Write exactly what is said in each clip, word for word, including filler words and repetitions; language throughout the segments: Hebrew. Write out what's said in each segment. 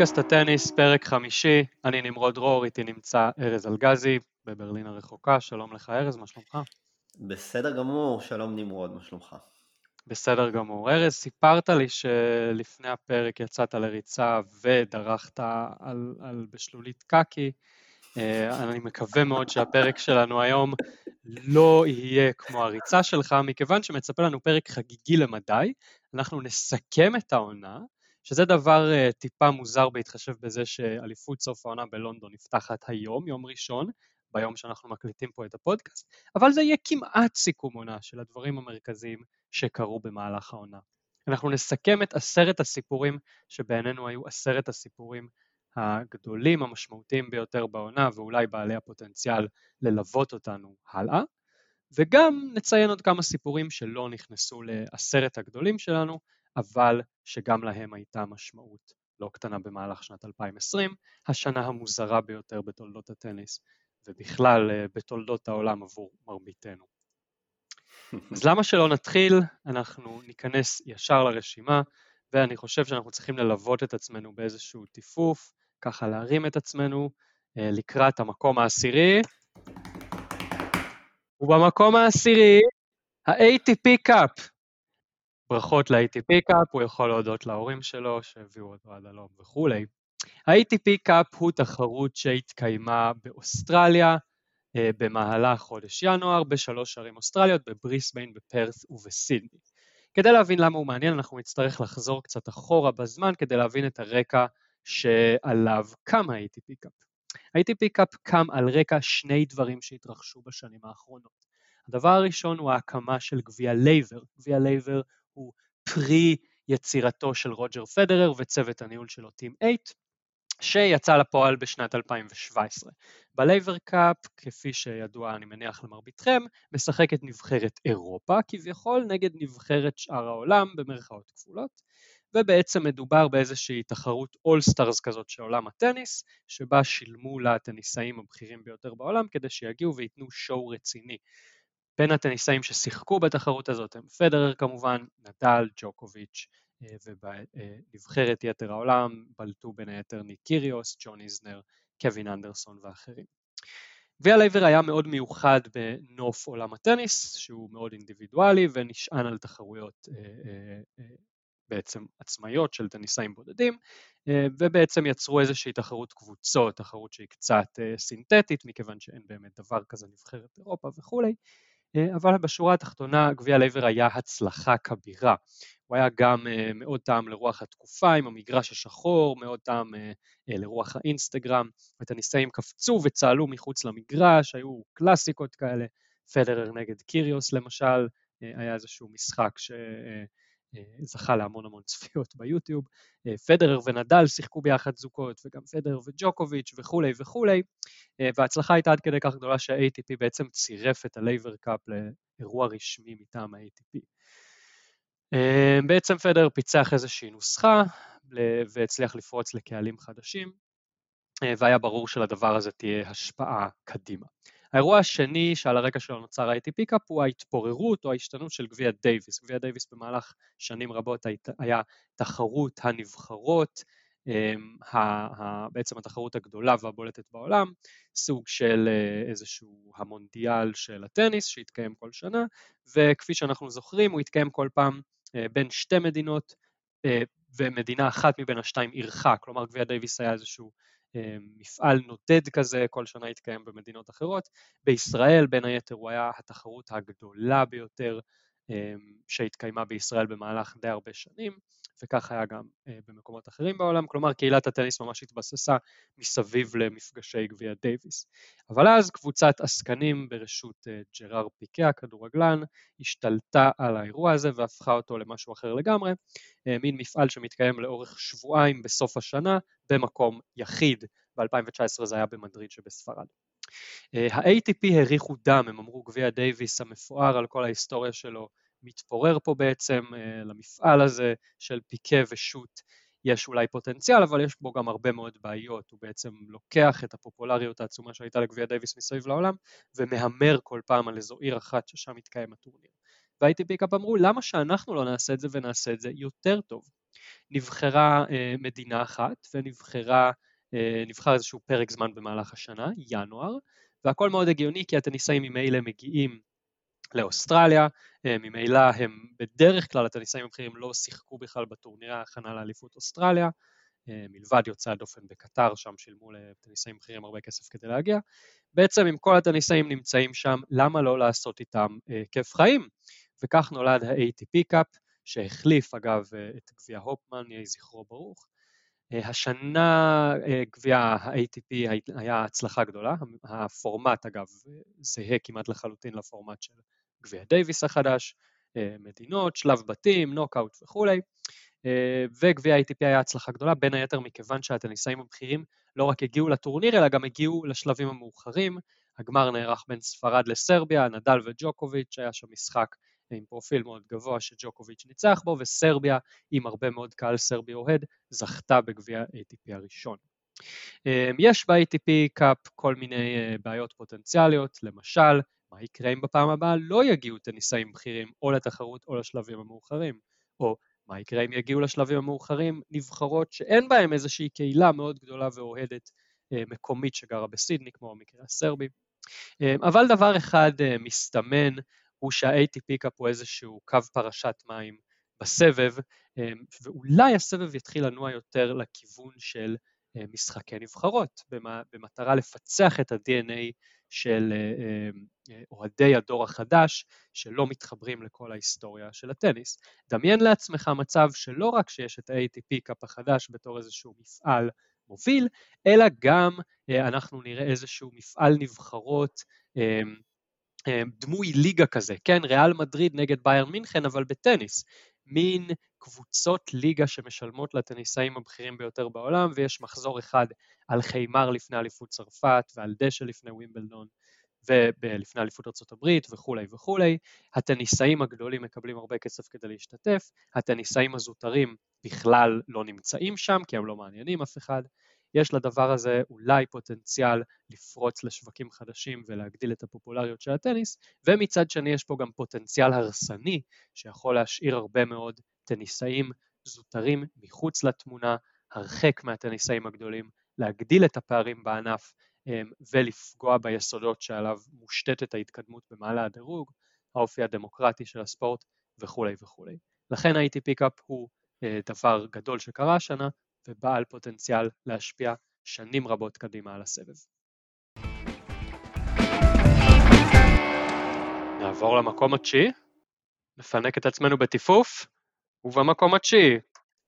פודקאסט הטניס, פרק חמישי, אני נמרוד דרור, איתי נמצא ארז אלגזי בברלין הרחוקה. שלום לך ארז, מה שלומך? בסדר גמור, שלום נמרוד, מה שלומך? בסדר גמור. ארז, סיפרת לי שלפני הפרק יצאת לריצה ודרכת על, על בשלולית קקי. אני מקווה מאוד שהפרק שלנו היום לא יהיה כמו הריצה שלך, מכיוון שמצפה לנו פרק חגיגי למדי. אנחנו נסכם את העונה, שזה דבר uh, טיפה מוזר בהתחשב בזה שאליפות סוף העונה בלונדון נפתחת היום, יום ראשון, ביום שאנחנו מקליטים פה את הפודקאסט, אבל זה יהיה כמעט סיכום עונה של הדברים המרכזיים שקרו במהלך העונה. אנחנו נסכם את עשרת הסיפורים שבעינינו היו עשרת הסיפורים הגדולים, המשמעותיים ביותר בעונה, ואולי בעלי הפוטנציאל ללוות אותנו הלאה, וגם נציין עוד כמה סיפורים שלא נכנסו לעשרת הגדולים שלנו, אבל שגם להם הייתה משמעות לא קטנה במהלך שנת אלפיים עשרים, השנה המוזרה ביותר בתולדות הטניס, ובכלל בתולדות העולם עבור מרביתנו. אז למה שלא נתחיל? אנחנו ניכנס ישר לרשימה, ואני חושב שאנחנו צריכים ללוות את עצמנו באיזשהו טיפוף, ככה להרים את עצמנו לקראת המקום העשירי, ובמקום העשירי, ה-איי טי פי Cup. ברכות ל-איי טי פי Cup, הוא יכול להודות להורים שלו שהביאו אותו עד הלום וכו'. ה-איי טי פי Cup הוא תחרות שהתקיימה באוסטרליה, במהלך חודש ינואר, בשלוש ערים אוסטרליות, בבריסביין, בפרת ובסידני. כדי להבין למה הוא מעניין, אנחנו נצטרך לחזור קצת אחורה בזמן, כדי להבין את הרקע שעליו קם ה-איי טי פי Cup. ה-איי טי פי Cup קם על רקע שני דברים שהתרחשו בשנים האחרונות. הדבר הראשון הוא ההקמה של גביע לייבר. גביע לייבר הוא פרי יצירתו של רוג'ר פדרר וצוות הניהול שלו טים אייט, שיצא לפועל בשנת אלפיים שבע עשרה. בלייבר קאפ, כפי שידוע אני מניח למרביתכם, משחקת נבחרת אירופה כביכול נגד נבחרת שאר העולם במרכאות כפולות, ובעצם מדובר באיזושהי תחרות אול-סטארס כזאת של עולם הטניס, שבה שילמו לטניסאים הבכירים ביותר בעולם כדי שיגיעו וייתנו שואו רציני. בין הטניסאים ששיחקו בתחרות הזאת הם פדרר כמובן, נדל, ג'וקוביץ', ובנבחרת יתר העולם בלטו בין היתר ניק קיריוס, ג'ון איזנר, קווין אנדרסון ואחרים. גביע לייבר היה מאוד מיוחד בנוף עולם הטניס, שהוא מאוד אינדיבידואלי ונשען על תחרויות בעצם עצמאיות של טניסאים בודדים, ובעצם יצרו איזושהי תחרות קבוצות, תחרות שהיא קצת סינתטית, מכיוון שאין באמת דבר כזה נבחרת אירופה וכו'. אבל בשורה התחתונה גביע לייבר היה הצלחה כבירה. הוא היה גם מאוד טעם לרוח התקופה עם המגרש השחור, מאוד טעם לרוח האינסטגרם, הטניסאים קפצו וצהלו מחוץ למגרש, היו קלאסיקות כאלה, פדרר נגד קיריוס למשל, היה איזשהו משחק שזכה להמון המון צפיות ביוטיוב, פדרר ונדל שיחקו ביחד זוגות, וגם פדרר וג'וקוביץ' וכו' וכו', וההצלחה הייתה עד כדי כך גדולה שה-איי טי פי בעצם צירף את הלייבר קאפ לאירוע רשמי מטעם ה-איי טי פי. בעצם פדרר פיצח איזושהי נוסחה והצליח לפרוץ לקהלים חדשים, והיה ברור שלדבר הזה תהיה השפעה קדימה. האירוע השני שעל הרקע שלו נוצר ה-איי טי פי Cup הוא ההתפוררות או ההשתנות של גביע דייביס. גביע דייביס במהלך שנים רבות היה תחרות הנבחרות, בעצם התחרות הגדולה והבולטת בעולם, סוג של איזשהו המונדיאל של הטניס שהתקיים כל שנה, וכפי שאנחנו זוכרים הוא התקיים כל פעם בין שתי מדינות, ומדינה אחת מבין השתיים ערכה, כלומר גביע דייביס היה איזשהו מפעל נודד כזה, כל שנה התקיים במדינות אחרות. בישראל בין היתר הוא היה התחרות הגדולה ביותר שהתקיימה בישראל במהלך די הרבה שנים, וכך היה גם במקומות אחרים בעולם, כלומר קהילת הטניס ממש התבססה מסביב למפגשי גביע דייביס. אבל אז קבוצת עסקנים ברשות ג'ראר פיקה, הכדורגלן, השתלטה על האירוע הזה והפכה אותו למשהו אחר לגמרי, מין מפעל שמתקיים לאורך שבועיים בסוף השנה, במקום יחיד, ב-אלפיים תשע עשרה זה היה במדריד שבספרד. ה-איי טי פי הריחו דם, הם אמרו גביע דייביס המפואר על כל ההיסטוריה שלו, מתפורר פה בעצם למפעל הזה של פיקה ושוט, יש אולי פוטנציאל, אבל יש בו גם הרבה מאוד בעיות, הוא בעצם לוקח את הפופולריות העצומה שהייתה לגביע דייביס מסביב לעולם, ומהמר כל פעם על איזו עיר אחת ששם מתקיים הטורניר. וה-איי טי פי Cup אמרו, למה שאנחנו לא נעשה את זה ונעשה את זה יותר טוב? נבחרה מדינה אחת, ונבחרה, נבחר איזשהו פרק זמן במהלך השנה, ינואר, והכל מאוד הגיוני כי הטניסאים ממילא מגיעים לאוסטרליה, ממילא הם בדרך כלל הטניסאים הבכירים לא שיחקו בכלל בטורנירי ההכנה לאליפות אוסטרליה, מלבד יוצאי הדופן בקטר, שם שילמו לטניסאים בכירים הרבה כסף כדי להגיע. בעצם אם כל הטניסאים נמצאים שם, למה לא לעשות איתם כיף חיים? וכך נולד ה-איי טי פי Cup, שהחליף אגב את גביע הופמן, יהי זכרו ברוך. השנה גביע ה-איי טי פי היה הצלחה גדולה, הפורמט אגב זהה כמעט לחלוטין לפורמט של גביע דייביס החדש, מדינות, שלב בתים, נוקאוט וכולי, וגביע ה-איי טי פי היה הצלחה גדולה, בין היתר מכיוון שהטניסאים הבכירים לא רק הגיעו לטורניר, אלא גם הגיעו לשלבים המאוחרים. הגמר נערך בין ספרד לסרביה, נדל וג'וקוביץ', היה שם משחק עם פרופיל מאוד גבוה שג'וקוביץ' ניצח בו, וסרביה עם הרבה מאוד קהל סרבי אוהד זכתה בגביע ה-איי טי פי הראשון. יש ב-איי טי פי Cup כל מיני בעיות פוטנציאליות, למשל, מה יקרה אם בפעם הבאה לא יגיעו טניסאים בכירים או לתחרות או לשלבים המאוחרים, או מה יקרה אם יגיעו לשלבים המאוחרים נבחרות שאין בהם איזושהי קהילה מאוד גדולה ואוהדת מקומית שגרה בסידני, כמו המקרה הסרבי. אבל דבר אחד מסתמן הוא שה-איי טי פי Cup הוא איזשהו קו פרשת מים בסבב, ואולי הסבב יתחיל לנוע יותר לכיוון של משחקי נבחרות, במטרה לפצח את ה-די אן איי של אוהדי הדור החדש, שלא מתחברים לכל ההיסטוריה של הטניס. דמיין לעצמך מצב שלא רק שיש את ה-איי טי פי Cup החדש בתור איזשהו מפעל מוביל, אלא גם אנחנו נראה איזשהו מפעל נבחרות, דמוי ליגה כזה, כן, ריאל מדריד נגד ביירן מינכן, אבל בטניס, מין קבוצות ליגה שמשלמות לטניסאים הבכירים ביותר בעולם, ויש מחזור אחד על חיימר לפני אליפות צרפת, ועל דשא לפני ווימבלדון, ולפני אליפות ארצות הברית וכולי וכולי. הטניסאים הגדולים מקבלים הרבה כסף כדי להשתתף, הטניסאים הזוטרים בכלל לא נמצאים שם, כי הם לא מעניינים אף אחד. יש לדבר הזה אולי פוטנציאל לפרוץ לשווקים חדשים ולהגדיל את הפופולריות של הטניס, ומצד שני יש פה גם פוטנציאל הרסני שיכול להשאיר הרבה מאוד טניסאים זוטרים מחוץ לתמונה, הרחק מהטניסאים הגדולים, להגדיל את הפערים בענף ולפגוע ביסודות שעליו מושתתת ההתקדמות במעלה הדירוג, האופי הדמוקרטי של הספורט וכולי וכולי. לכן ה-איי טי פי Cup הוא דבר גדול שקרה השנה, ובעל פוטנציאל להשפיע שנים רבות קדימה על הסבב. נעבור למקום התשיעי, נפנק את עצמנו בטיפוף, ובמקום התשיעי.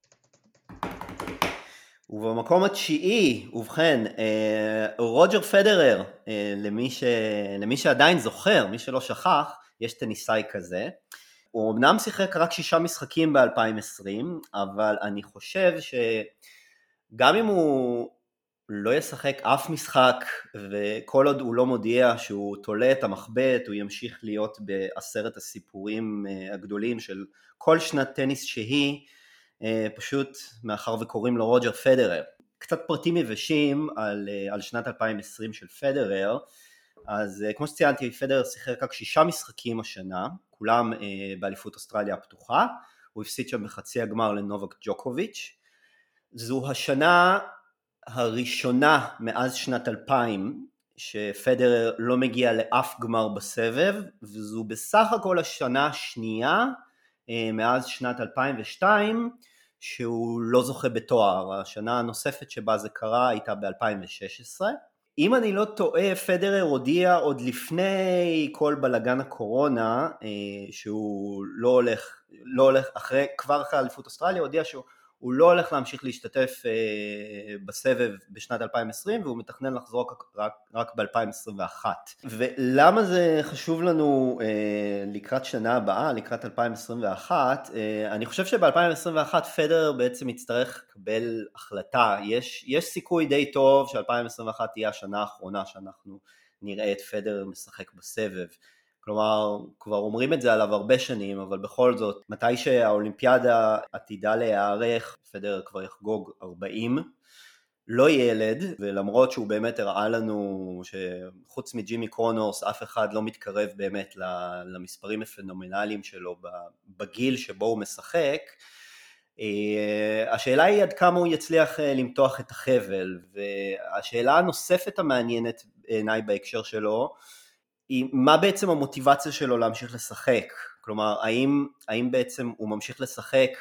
ובמקום התשיעי, ובכן, רוג'ר פדרר, למי, ש... למי שעדיין זוכר, מי שלא שכח, יש טניסאי כזה. הוא אמנם שיחק רק שישה משחקים ב-אלפיים ועשרים, אבל אני חושב שגם אם הוא לא ישחק אף משחק, וכל עוד הוא לא מודיע שהוא תולה את המחבט, הוא ימשיך להיות בעשרת הסיפורים הגדולים של כל שנת טניס שהיא, פשוט מאחר וקוראים לו רוג'ר פדרר. קצת פרטים יבשים על, על שנת אלפיים ועשרים של פדרר. אז כמו שציינתי, פדרר שיחק רק שישה משחקים השנה, כולם באליפות אוסטרליה הפתוחה, הוא הפסיד שם בחצי הגמר לנובק ג'וקוביץ'. זו השנה הראשונה מאז שנת אלפיים שפדרר לא מגיע לאף גמר בסבב, וזו בסך הכל השנה השנייה מאז שנת אלפיים ושתיים שהוא לא זוכה בתואר. השנה הנוספת שבה זה קרה הייתה ב-אלפיים ושש עשרה. אם אני לא טועה, פדרר הודיע עוד לפני כל בלגן הקורונה שהוא לא הולך, לא הולך אחרי, כבר אחרי אליפות אוסטרליה, הודיע שהוא הוא לא הולך להמשיך להשתתף בסבב בשנת אלפיים ועשרים, והוא מתכנן לחזור רק, רק ב-אלפיים עשרים ואחת. ולמה זה חשוב לנו לקראת שנה הבאה, לקראת אלפיים עשרים ואחת? אני חושב שב-אלפיים עשרים ואחת פדרר בעצם יצטרך לקבל החלטה. יש, יש סיכוי די טוב ש-אלפיים עשרים ואחת תהיה השנה האחרונה שאנחנו נראה את פדרר משחק בסבב. כלומר, כבר אומרים את זה עליו הרבה שנים, אבל בכל זאת, מתי שהאולימפיאדה עתידה להיערך, פדרר כבר יחגוג ארבעים, לא ילד, ולמרות שהוא באמת הראה לנו שחוץ מג'ימי קרונורס, אף אחד לא מתקרב באמת למספרים הפנומנליים שלו בגיל שבו הוא משחק, השאלה היא עד כמה הוא יצליח למתוח את החבל, והשאלה הנוספת המעניינת בעיניי בהקשר שלו, היא מה בעצם המוטיבציה שלו להמשיך לשחק, כלומר האם, האם בעצם הוא ממשיך לשחק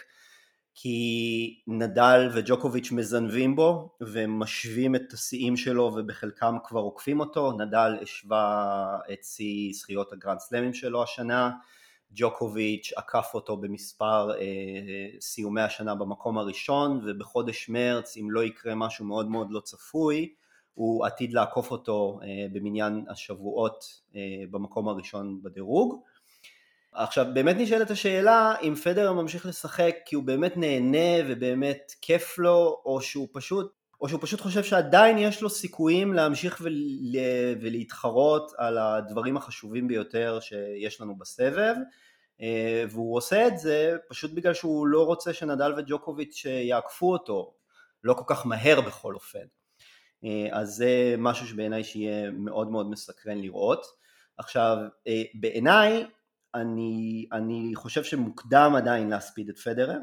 כי נדל וג'וקוביץ' מזנבים בו ומשווים את השיאים שלו ובחלקם כבר עוקפים אותו, נדל השווה את שיא זכיות הגרנד סלמים שלו השנה, ג'וקוביץ' עקף אותו במספר אה, סיומי השנה במקום הראשון, ובחודש מרץ אם לא יקרה משהו מאוד מאוד לא צפוי, הוא עתיד לעקוף אותו אה, במניין השבועות אה, במקום הראשון בדירוג. עכשיו באמת נשאלת השאלה אם פדרר ממשיך לשחק כי הוא באמת נהנה ובאמת כיף לו, או שהוא פשוט, או שהוא פשוט חושב שעדיין יש לו סיכויים להמשיך ול, ולהתחרות על הדברים החשובים ביותר שיש לנו בסבב, והוא עושה את זה פשוט בגלל שהוא לא רוצה שנדל וג'וקוביץ' יעקפו אותו, לא כל כך מהר בכל אופן. אז זה משהו שבעיניי שיהיה מאוד מאוד מסקרן לראות. עכשיו בעיניי אני, אני חושב שמוקדם עדיין להספיד את פדרר.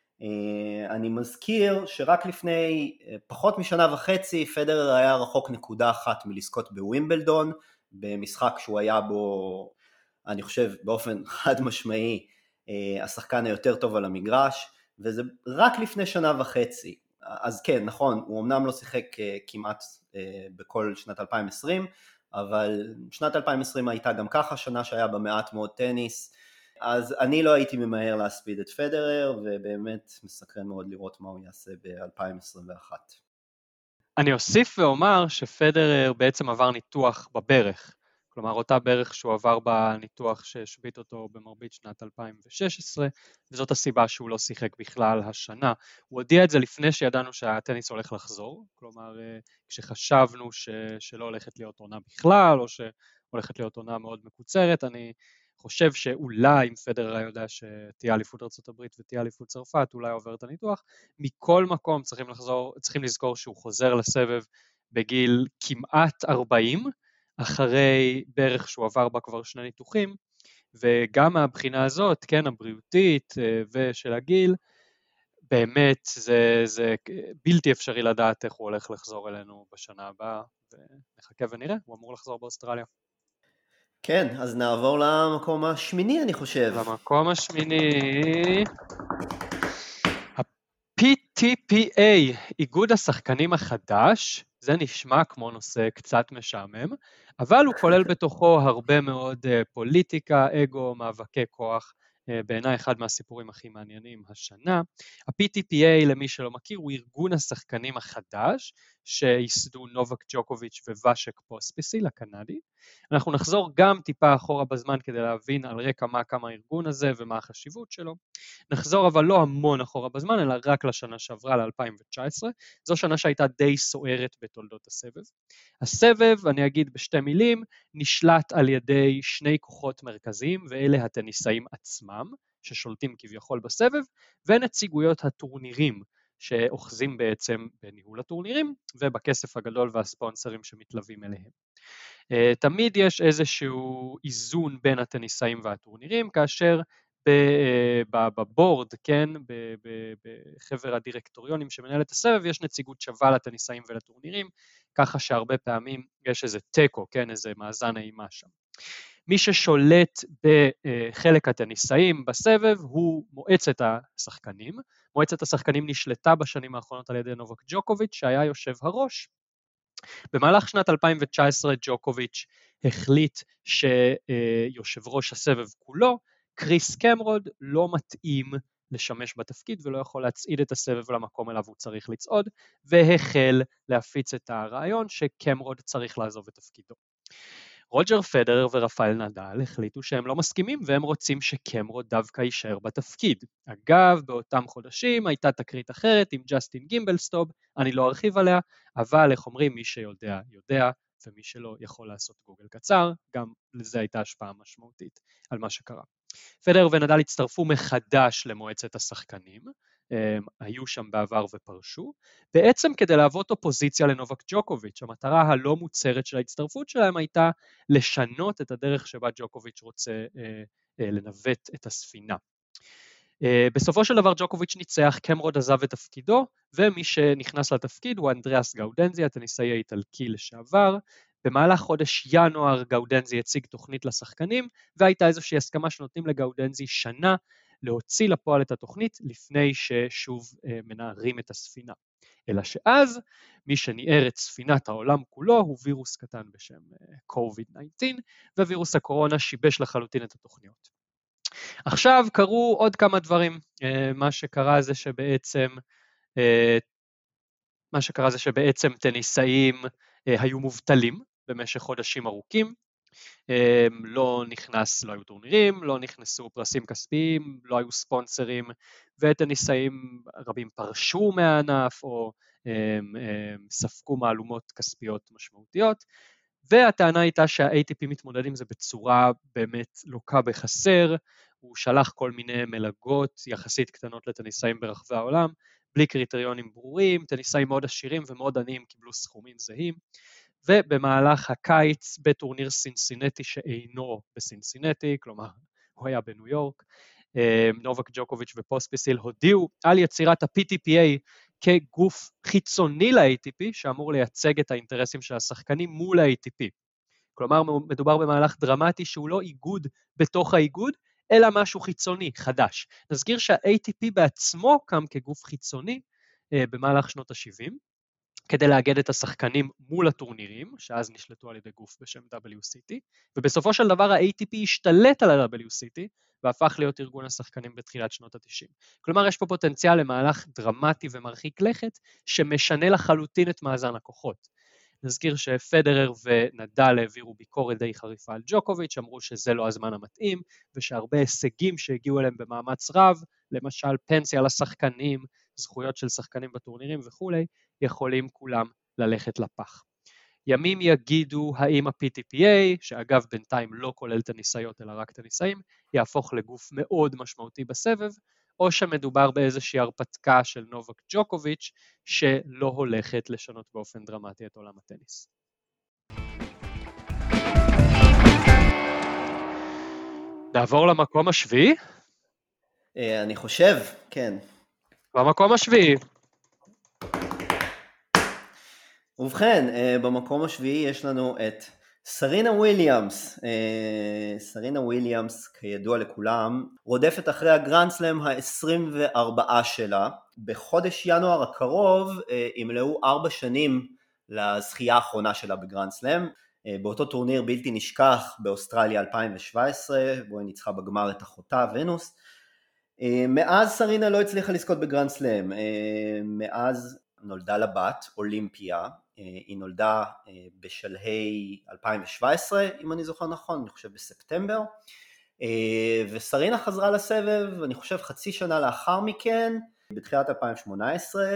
אני מזכיר שרק לפני פחות משנה וחצי פדרר היה רחוק נקודה אחת מלזכות בווימבלדון, במשחק שהוא היה בו, אני חושב באופן חד משמעי, השחקן היותר טוב על המגרש, וזה רק לפני שנה וחצי. אז כן, נכון, הוא אמנם לא שיחק כמעט בכל שנת אלפיים ועשרים, אבל שנת אלפיים ועשרים הייתה גם ככה שנה שהיה בה מעט מאוד טניס, אז אני לא הייתי ממהר להספיד את פדרר, ובאמת מסקרן מאוד לראות מה הוא יעשה ב-אלפיים עשרים ואחת. אני אוסיף ואומר שפדרר בעצם עבר ניתוח בברך, כלומר אותה ברך שהוא עבר בניתוח שהשבית אותו במרבית שנת אלפיים ושש עשרה, וזאת הסיבה שהוא לא שיחק בכלל השנה. הוא הודיע את זה לפני שידענו שהטניס הולך לחזור, כלומר כשחשבנו ש... שלא הולכת להיות עונה בכלל, או שהולכת להיות עונה מאוד מקוצרת. אני חושב שאולי אם פדרר יודע שתהיה אליפות ארצות הברית ותהיה אליפות צרפת, אולי עובר את הניתוח. מכל מקום צריכים לחזור, צריכים לזכור שהוא חוזר לסבב בגיל כמעט ארבעים, אחרי בערך שהוא עבר בה כבר שני ניתוחים, וגם מהבחינה הזאת, כן, הבריאותית ושל הגיל, באמת זה, זה בלתי אפשרי לדעת איך הוא הולך לחזור אלינו בשנה הבאה, ונחכה ונראה, הוא אמור לחזור באוסטרליה. כן, אז נעבור למקום השמיני אני חושב. למקום השמיני, ה-פי טי פי איי, איגוד השחקנים החדש, זה נשמע כמו נושא קצת משעמם, אבל הוא כולל בתוכו הרבה מאוד פוליטיקה, אגו, מאבקי כוח, בעיניי אחד מהסיפורים הכי מעניינים השנה. ה-פי טי פי איי, למי שלא מכיר, הוא ארגון השחקנים החדש, שייסדו נובק ג'וקוביץ' וואשק פוספיסיל הקנדי. אנחנו נחזור גם טיפה אחורה בזמן כדי להבין על רקע מה קם הארגון הזה ומה החשיבות שלו. נחזור אבל לא המון אחורה בזמן, אלא רק לשנה שעברה, ל-אלפיים תשע עשרה. זו שנה שהייתה די סוערת בתולדות הסבב. הסבב, אני אגיד בשתי מילים, נשלט על ידי שני כוחות מרכזיים, ואלה הטניסאים עצמם, ששולטים כביכול בסבב, ונציגויות הטורנירים, שאוחזים בעצם בניהול הטורנירים, ובכסף הגדול והספונסרים שמתלווים אליהם. תמיד יש איזשהו איזון בין הטניסאים והטורנירים, כאשר בבורד, כן, בחבר הדירקטוריונים שמנהל את הסבב, יש נציגות שווה לטניסאים ולטורנירים, ככה שהרבה פעמים יש איזה טקו, כן, איזה מאזן אימה שם. מי ששולט בחלק הטניסאים בסבב הוא מועצת השחקנים. מועצת השחקנים נשלטה בשנים האחרונות על ידי נובק ג'וקוביץ' שהיה יושב הראש. במהלך שנת אלפיים תשע עשרה ג'וקוביץ' החליט שיושב ראש הסבב כולו, קריס קמרוד, לא מתאים לשמש בתפקיד ולא יכול להצעיד את הסבב למקום אליו הוא צריך לצעוד, והחל להפיץ את הרעיון שקמרוד צריך לעזוב את תפקידו. רוג'ר פדרר ורפאל נדל החליטו שהם לא מסכימים והם רוצים שקמרוד דווקא יישאר בתפקיד. אגב, באותם חודשים הייתה תקרית אחרת עם ג'סטין גימבלסטוב, אני לא ארחיב עליה, אבל איך אומרים, מי שיודע יודע, ומי שלא יכול לעשות גוגל קצר, גם לזה הייתה השפעה משמעותית על מה שקרה. פדרר ונדל הצטרפו מחדש למועצת השחקנים, הם היו שם בעבר ופרשו, בעצם כדי להוות אופוזיציה לנובק ג'וקוביץ'. המטרה הלא מוצהרת של ההצטרפות שלהם הייתה לשנות את הדרך שבה ג'וקוביץ' רוצה אה, אה, לנווט את הספינה. בסופו של דבר ג'וקוביץ' ניצח, קמרוד עזב את תפקידו, ומי שנכנס לתפקיד הוא אנדריאס גאודנזי, הטניסאי האיטלקי לשעבר. במהלך חודש ינואר גאודנזי הציג תוכנית לשחקנים, והייתה איזושהי הסכמה שנותנים לגאודנזי שנה להוציא לפועל את התוכנית, לפני ששוב מנערים את הספינה. אלא שאז מי שניער את ספינת העולם כולו הוא וירוס קטן בשם קוביד תשע עשרה, ווירוס הקורונה שיבש לחלוטין את התוכניות. עכשיו קרו עוד כמה דברים, מה שקרה זה שבעצם, מה שקרה זה שבעצם טניסאים היו מובטלים במשך חודשים ארוכים, לא נכנס, לא היו טורנירים, לא נכנסו פרסים כספיים, לא היו ספונסרים, וטניסאים רבים פרשו מהענף או ספקו מעלומות כספיות משמעותיות, והטענה הייתה שה-איי טי פי מתמודד עם זה בצורה באמת לוקה בחסר, הוא שלח כל מיני מלגות יחסית קטנות לטניסאים ברחבי העולם, בלי קריטריונים ברורים, טניסאים מאוד עשירים ומאוד עניים קיבלו סכומים זהים, ובמהלך הקיץ בטורניר סינסינטי שאינו בסינסינטי, כלומר הוא היה בניו יורק, נובק ג'וקוביץ' ופוספיסיל הודיעו על יצירת ה-פי טי פי איי כגוף חיצוני ל-איי טי פי, שאמור לייצג את האינטרסים של השחקנים מול ה-איי טי פי. כלומר, מדובר במהלך דרמטי שהוא לא איגוד בתוך האיגוד, אלא משהו חיצוני, חדש. נזכיר שה-איי טי פי בעצמו קם כגוף חיצוני במהלך שנות ה-שבעים, כדי לאגד את השחקנים מול הטורנירים, שאז נשלטו על ידי גוף בשם דאבליו סי טי, ובסופו של דבר ה-איי טי פי השתלט על ה-דאבליו סי טי, והפך להיות ארגון השחקנים בתחילת שנות ה-תשעים. כלומר, יש פה פוטנציאל למהלך דרמטי ומרחיק לכת, שמשנה לחלוטין את מאזן הכוחות. נזכיר שפדרר ונדל העבירו ביקורת די חריפה על ג'וקוביץ', אמרו שזה לא הזמן המתאים, ושהרבה הישגים שהגיעו אליהם במאמץ רב, למשל פנסיה לשחקנים, זכויות של שחקנים בטורנירים וכו', יכולים כולם ללכת לפח. ימים יגידו האם ה-פי טי פי איי, שאגב בינתיים לא כולל טניסאיות אלא רק טניסאים, יהפוך לגוף מאוד משמעותי בסבב, או שמדובר באיזושהי הרפתקה של נובק ג'וקוביץ' שלא הולכת לשנות באופן דרמטי את עולם הטניס. נעבור למקום השביעי? אני חושב, כן. במקום השביעי. ובכן, במקום השביעי יש לנו את סרינה וויליאמס. סרינה וויליאמס, כידוע לכולם, רודפת אחרי הגרנד סלאם ה-עשרים וארבע שלה. בחודש ינואר הקרוב ימלאו ארבע שנים לזכייה האחרונה שלה בגרנד סלאם, באותו טורניר בלתי נשכח באוסטרליה אלפיים שבע עשרה, בו היא ניצחה בגמר את אחותה ונוס. מאז סרינה לא הצליחה לזכות בגרנד סלאם, מאז נולדה לה בת, אולימפיה, היא נולדה בשלהי אלפיים שבע עשרה, אם אני זוכר נכון, אני חושב בספטמבר, וסרינה חזרה לסבב, אני חושב חצי שנה לאחר מכן, בתחילת אלפיים שמונה עשרה,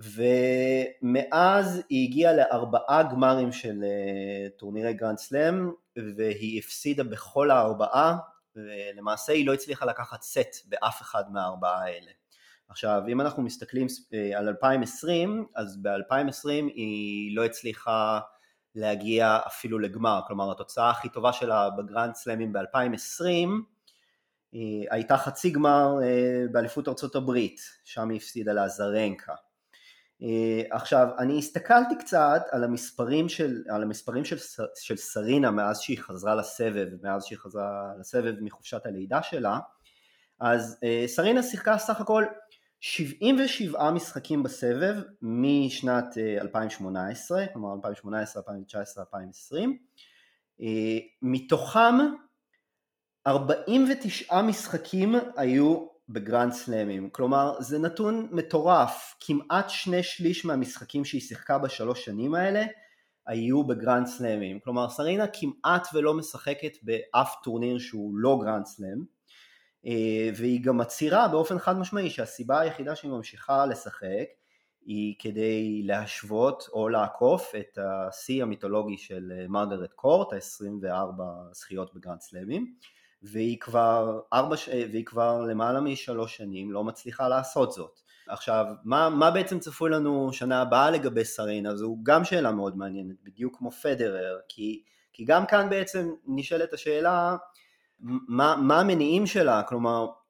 ומאז היא הגיעה לארבעה גמרים של טורנירי גרנד סלאם, והיא הפסידה בכל הארבעה, ולמעשה היא לא הצליחה לקחת סט באף אחד מהארבעה האלה. עכשיו, אם אנחנו מסתכלים על אלפיים עשרים, אז ב-אלפיים עשרים היא לא הצליחה להגיע אפילו לגמר, כלומר התוצאה הכי טובה שלה בגרנד סלאמים ב-אלפיים עשרים, הייתה חצי גמר באליפות ארצות הברית, שם היא הפסידה לאזרנקה. עכשיו, אני הסתכלתי קצת על המספרים של, על המספרים של, של סרינה מאז שהיא חזרה לסבב, מאז שהיא חזרה לסבב מחופשת הלידה שלה, אז סרינה שיחקה סך הכל שבעים ושבעה משחקים בסבב משנת אלפיים שמונה עשרה, כלומר אלפיים שמונה עשרה, אלפיים תשע עשרה, אלפיים עשרים, מתוכם ארבעים ותשעה משחקים היו בגרנד סלאמים, כלומר זה נתון מטורף, כמעט שני שליש מהמשחקים שהיא שיחקה בשלוש שנים האלה היו בגרנד סלאמים, כלומר סרינה כמעט ולא משחקת באף טורניר שהוא לא גרנד סלאם, והיא גם מצהירה באופן חד משמעי שהסיבה היחידה שהיא ממשיכה לשחק היא כדי להשוות או לעקוף את השיא המיתולוגי של מרגרט קורט, ה-עשרים וארבע זכיות בגרנד סלאמים, והיא כבר, ארבע, והיא כבר למעלה משלוש שנים לא מצליחה לעשות זאת. עכשיו, מה, מה בעצם צפוי לנו שנה הבאה לגבי סרינה? זו גם שאלה מאוד מעניינת, בדיוק כמו פדרר, כי, כי גם כאן בעצם נשאלת השאלה, מה, מה המניעים שלה? כלומר,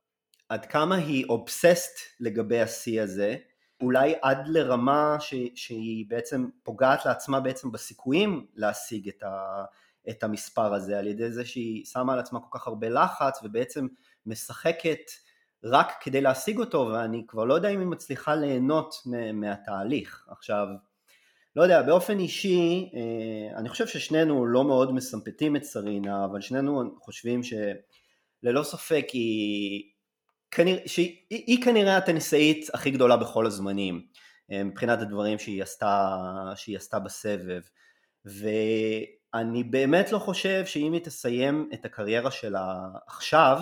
עד כמה היא אובססט לגבי השיא הזה, אולי עד לרמה ש, שהיא בעצם פוגעת לעצמה בעצם בסיכויים להשיג את, ה, את המספר הזה, על ידי זה שהיא שמה על עצמה כל כך הרבה לחץ ובעצם משחקת רק כדי להשיג אותו, ואני כבר לא יודע אם היא מצליחה ליהנות מהתהליך. עכשיו, לא יודע, באופן אישי, אני חושב ששנינו לא מאוד מסמפטים את סרינה, אבל שנינו חושבים שללא ספק היא, כנראה, שהיא, היא כנראה הטניסאית הכי גדולה בכל הזמנים, מבחינת הדברים שהיא עשתה, שהיא עשתה בסבב, ואני באמת לא חושב שאם היא תסיים את הקריירה שלה עכשיו,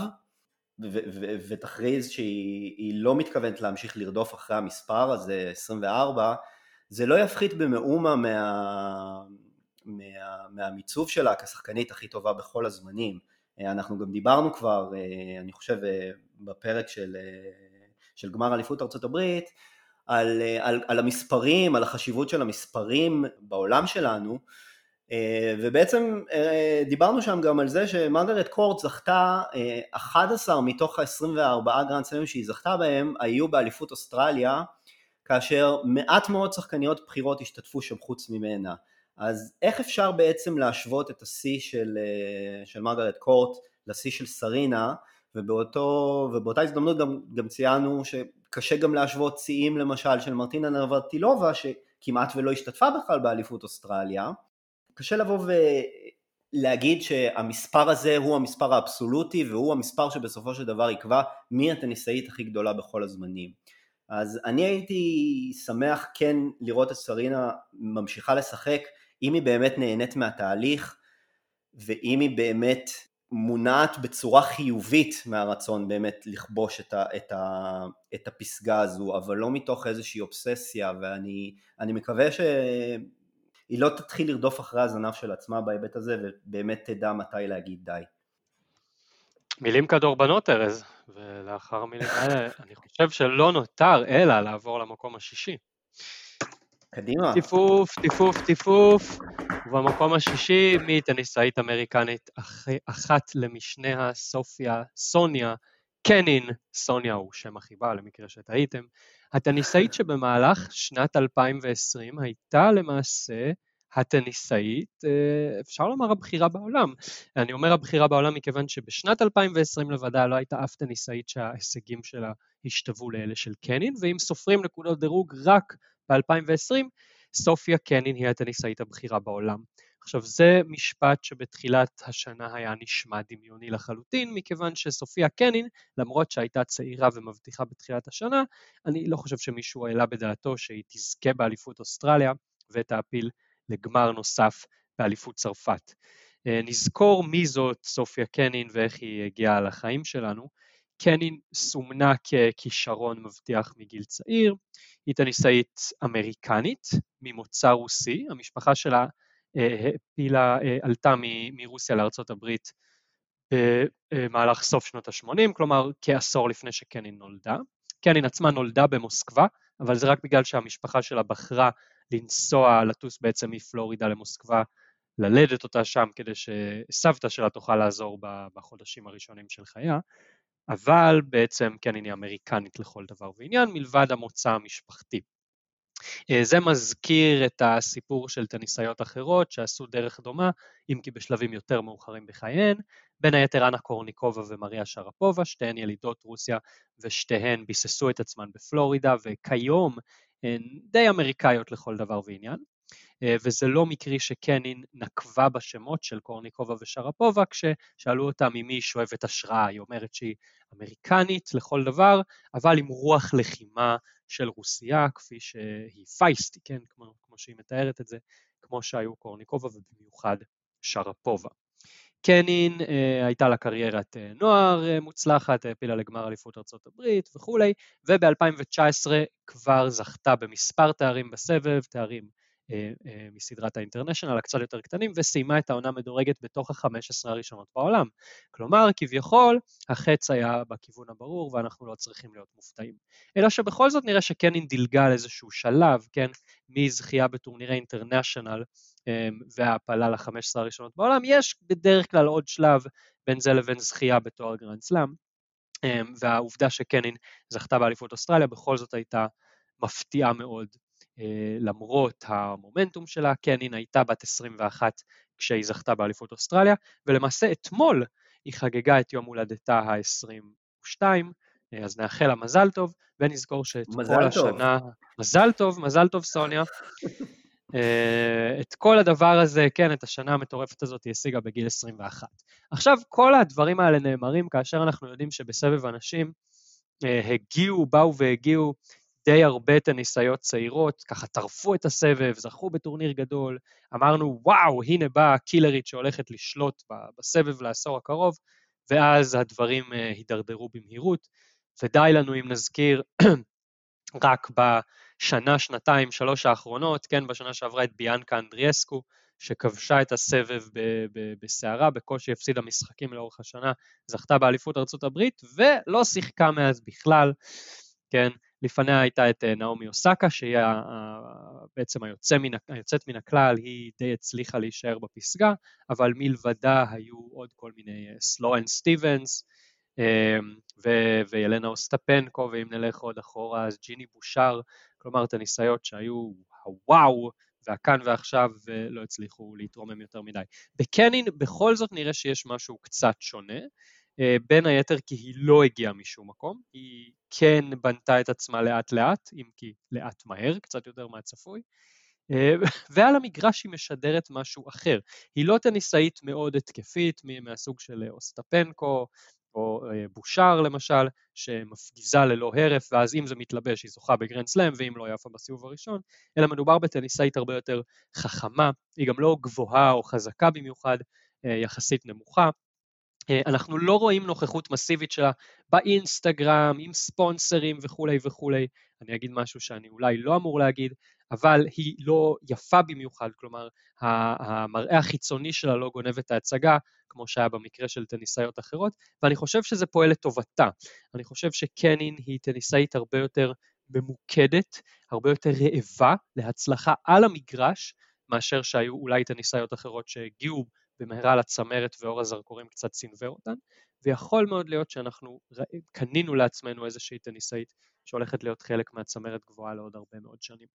ותכריז שהיא לא מתכוונת להמשיך לרדוף אחרי המספר הזה, עשרים וארבע, זה לא יפחית במאומה מה, מה, מהמיצוב שלה כשחקנית הכי טובה בכל הזמנים. אנחנו גם דיברנו כבר, אני חושב, בפרק של, של גמר אליפות ארצות הברית, על, על, על המספרים, על החשיבות של המספרים בעולם שלנו, ובעצם דיברנו שם גם על זה שמרגרט קורט זכתה, אחד עשר מתוך ה-עשרים וארבעה גרנד סלאמים שהיא זכתה בהם היו באליפות אוסטרליה, כאשר מעט מאוד שחקניות בחירות השתתפו שם חוץ ממנה. אז איך אפשר בעצם להשוות את השיא של, של מרגרט קורט לשיא של סרינה, ובאותו, ובאותה הזדמנות גם, גם ציינו שקשה גם להשוות שיאים למשל של מרטינה נברטילובה, שכמעט ולא השתתפה בכלל באליפות אוסטרליה. קשה לבוא ולהגיד שהמספר הזה הוא המספר האבסולוטי, והוא המספר שבסופו של דבר יקבע מי הטניסאית הכי גדולה בכל הזמנים. אז אני הייתי שמח כן לראות את סרינה ממשיכה לשחק, אם היא באמת נהנית מהתהליך, ואם היא באמת מונעת בצורה חיובית מהרצון באמת לכבוש את, ה, את, ה, את הפסגה הזו, אבל לא מתוך איזושהי אובססיה, ואני אני מקווה שהיא לא תתחיל לרדוף אחרי הזנב של עצמה בהיבט הזה, ובאמת תדע מתי להגיד די. מילים כדורבנות ארז, ולאחר המילים האלה אני חושב שלא נותר אלא לעבור למקום השישי. קדימה. טיפוף, טיפוף, טיפוף, ובמקום השישי מטניסאית אמריקנית אחת למשניה, סופיה, סוניה, קנין, סוניה הוא שם החיבה למקרה שטעיתם, הטניסאית שבמהלך שנת אלפיים ועשרים הייתה למעשה הטניסאית, אפשר לומר הבחירה בעולם. אני אומר הבחירה בעולם מכיוון שבשנת אלפיים ועשרים לבדה לא הייתה אף טניסאית שההישגים שלה השתוו לאלה של קנין, ואם סופרים נקודות דירוג רק ב-אלפיים ועשרים, סופיה קנין היא הטניסאית הבחירה בעולם. עכשיו זה משפט שבתחילת השנה היה נשמע דמיוני לחלוטין, מכיוון שסופיה קנין, למרות שהייתה צעירה ומבטיחה בתחילת השנה, אני לא חושב שמישהו העלה בדעתו שהיא תזכה באליפות אוסטרליה, ותעפיל לגמר נוסף באליפות צרפת. נזכור מי זאת סופיה קנין ואיך היא הגיעה לחיים שלנו. קנין סומנה ככישרון מבטיח מגיל צעיר, היא טניסאית אמריקנית ממוצא רוסי, המשפחה שלה העפילה, עלתה מרוסיה לארצות הברית במהלך סוף שנות ה-שמונים, כלומר כעשור לפני שקנין נולדה. קנין עצמה נולדה במוסקבה, אבל זה רק בגלל שהמשפחה שלה בחרה לנסוע, לטוס בעצם מפלורידה למוסקבה, ללדת אותה שם כדי שסבתא שלה תוכל לעזור בחודשים הראשונים של חייה, אבל בעצם קנין היא אמריקנית לכל דבר ועניין, מלבד המוצא המשפחתי. זה מזכיר את הסיפור של טניסאיות אחרות שעשו דרך דומה, אם כי בשלבים יותר מאוחרים בחייהן, בין היתר אנה קורניקובה ומריה שרפובה, שתיהן ילידות רוסיה ושתיהן ביססו את עצמן בפלורידה, וכיום הן די אמריקאיות לכל דבר ועניין. וזה לא מקרי שקנין נקבה בשמות של קורניקובה ושרפובה, כששאלו אותה ממי היא שואבת השראה, היא אומרת שהיא אמריקנית לכל דבר, אבל עם רוח לחימה של רוסיה, כפי שהיא פייסטי, כן, כמו, כמו שהיא מתארת את זה, כמו שהיו קורניקובה ובמיוחד שרפובה. קנין אה, הייתה לה קריירת אה, נוער אה, מוצלחת, העפילה לגמר אליפות ארצות הברית וכולי, וב-אלפיים תשע עשרה כבר זכתה במספר תארים בסבב, תארים אה, אה, מסדרת האינטרנשיונל, הקצת יותר קטנים, וסיימה את העונה מדורגת בתוך ה-חמש עשרה הראשונות בעולם. כלומר, כביכול, החץ היה בכיוון הברור, ואנחנו לא צריכים להיות מופתעים. אלא שבכל זאת נראה שקנין דילגה על איזשהו שלב, כן, מזכייה בטורנירי אינטרנשיונל, וההפלה ל-חמש עשרה הראשונות בעולם, יש בדרך כלל עוד שלב בין זה לבין זכייה בתואר גרנד סלאם, והעובדה שקנין זכתה באליפות אוסטרליה בכל זאת הייתה מפתיעה מאוד. למרות המומנטום שלה, קנין הייתה בת עשרים ואחת כשהיא זכתה באליפות אוסטרליה, ולמעשה אתמול היא חגגה את יום הולדתה ה-עשרים ושתיים, אז נאחל לה מזל טוב, ונזכור שאת כל השנה, מזל טוב, מזל טוב סוניה, את כל הדבר הזה, כן, את השנה המטורפת הזאת היא השיגה בגיל עשרים ואחת. עכשיו, כל הדברים האלה נאמרים כאשר אנחנו יודעים שבסבב אנשים הגיעו, באו והגיעו די הרבה טניסאיות צעירות, ככה טרפו את הסבב, זכו בטורניר גדול, אמרנו, וואו, הנה באה הקילרית שהולכת לשלוט בסבב לעשור הקרוב, ואז הדברים הידרדרו במהירות, ודי לנו אם נזכיר רק בשנה, שנתיים, שלוש האחרונות, כן, בשנה שעברה את ביאנקה אנדריאסקו, שכבשה את הסבב בסערה, בקושי הפסידה משחקים לאורך השנה, זכתה באליפות ארצות הברית, ולא שיחקה מאז בכלל, כן, לפניה הייתה את נאומי אוסקה, שהיא בעצם היוצא מן, היוצאת מן הכלל, היא די הצליחה להישאר בפסגה, אבל מלבדה היו עוד כל מיני סלואן סטיבנס, וילנה אוסטפנקו, ואם נלך עוד אחורה, אז ג'יני בושר, כלומר, טניסאיות שהיו הוואו, והכאן ועכשיו, ולא הצליחו להתרומם יותר מדי. בקנין, בכל זאת נראה שיש משהו קצת שונה, בין היתר כי היא לא הגיעה משום מקום, היא כן בנתה את עצמה לאט לאט, אם כי לאט מהר, קצת יותר מהצפוי, ועל המגרש היא משדרת משהו אחר. היא לא טניסאית מאוד התקפית, מהסוג של אוסטפנקו, או בושר למשל, שמפגיזה ללא הרף, ואז אם זה מתלבש היא זוכה בגרנד סלאם, ואם לא יפה בסיבוב הראשון, אלא מדובר בטניסאית הרבה יותר חכמה, היא גם לא גבוהה או חזקה במיוחד, יחסית נמוכה, אנחנו לא רואים נוכחות מסיבית שלה באינסטגרם, עם ספונסרים וכולי וכולי, אני אגיד משהו שאני אולי לא אמור להגיד, אבל היא לא יפה במיוחד, כלומר, המראה החיצוני שלה לא גונב את ההצגה, כמו שהיה במקרה של טניסאיות אחרות, ואני חושב שזה פועל לטובתה. אני חושב שקנין היא טניסאית הרבה יותר ממוקדת, הרבה יותר רעבה להצלחה על המגרש, מאשר שהיו אולי טניסאיות אחרות שהגיעו במהרה לצמרת ואור הזרקורים קצת סינבר אותן, ויכול מאוד להיות שאנחנו קנינו לעצמנו איזושהי טניסאית שהולכת להיות חלק מהצמרת גבוהה לעוד הרבה מאוד שנים.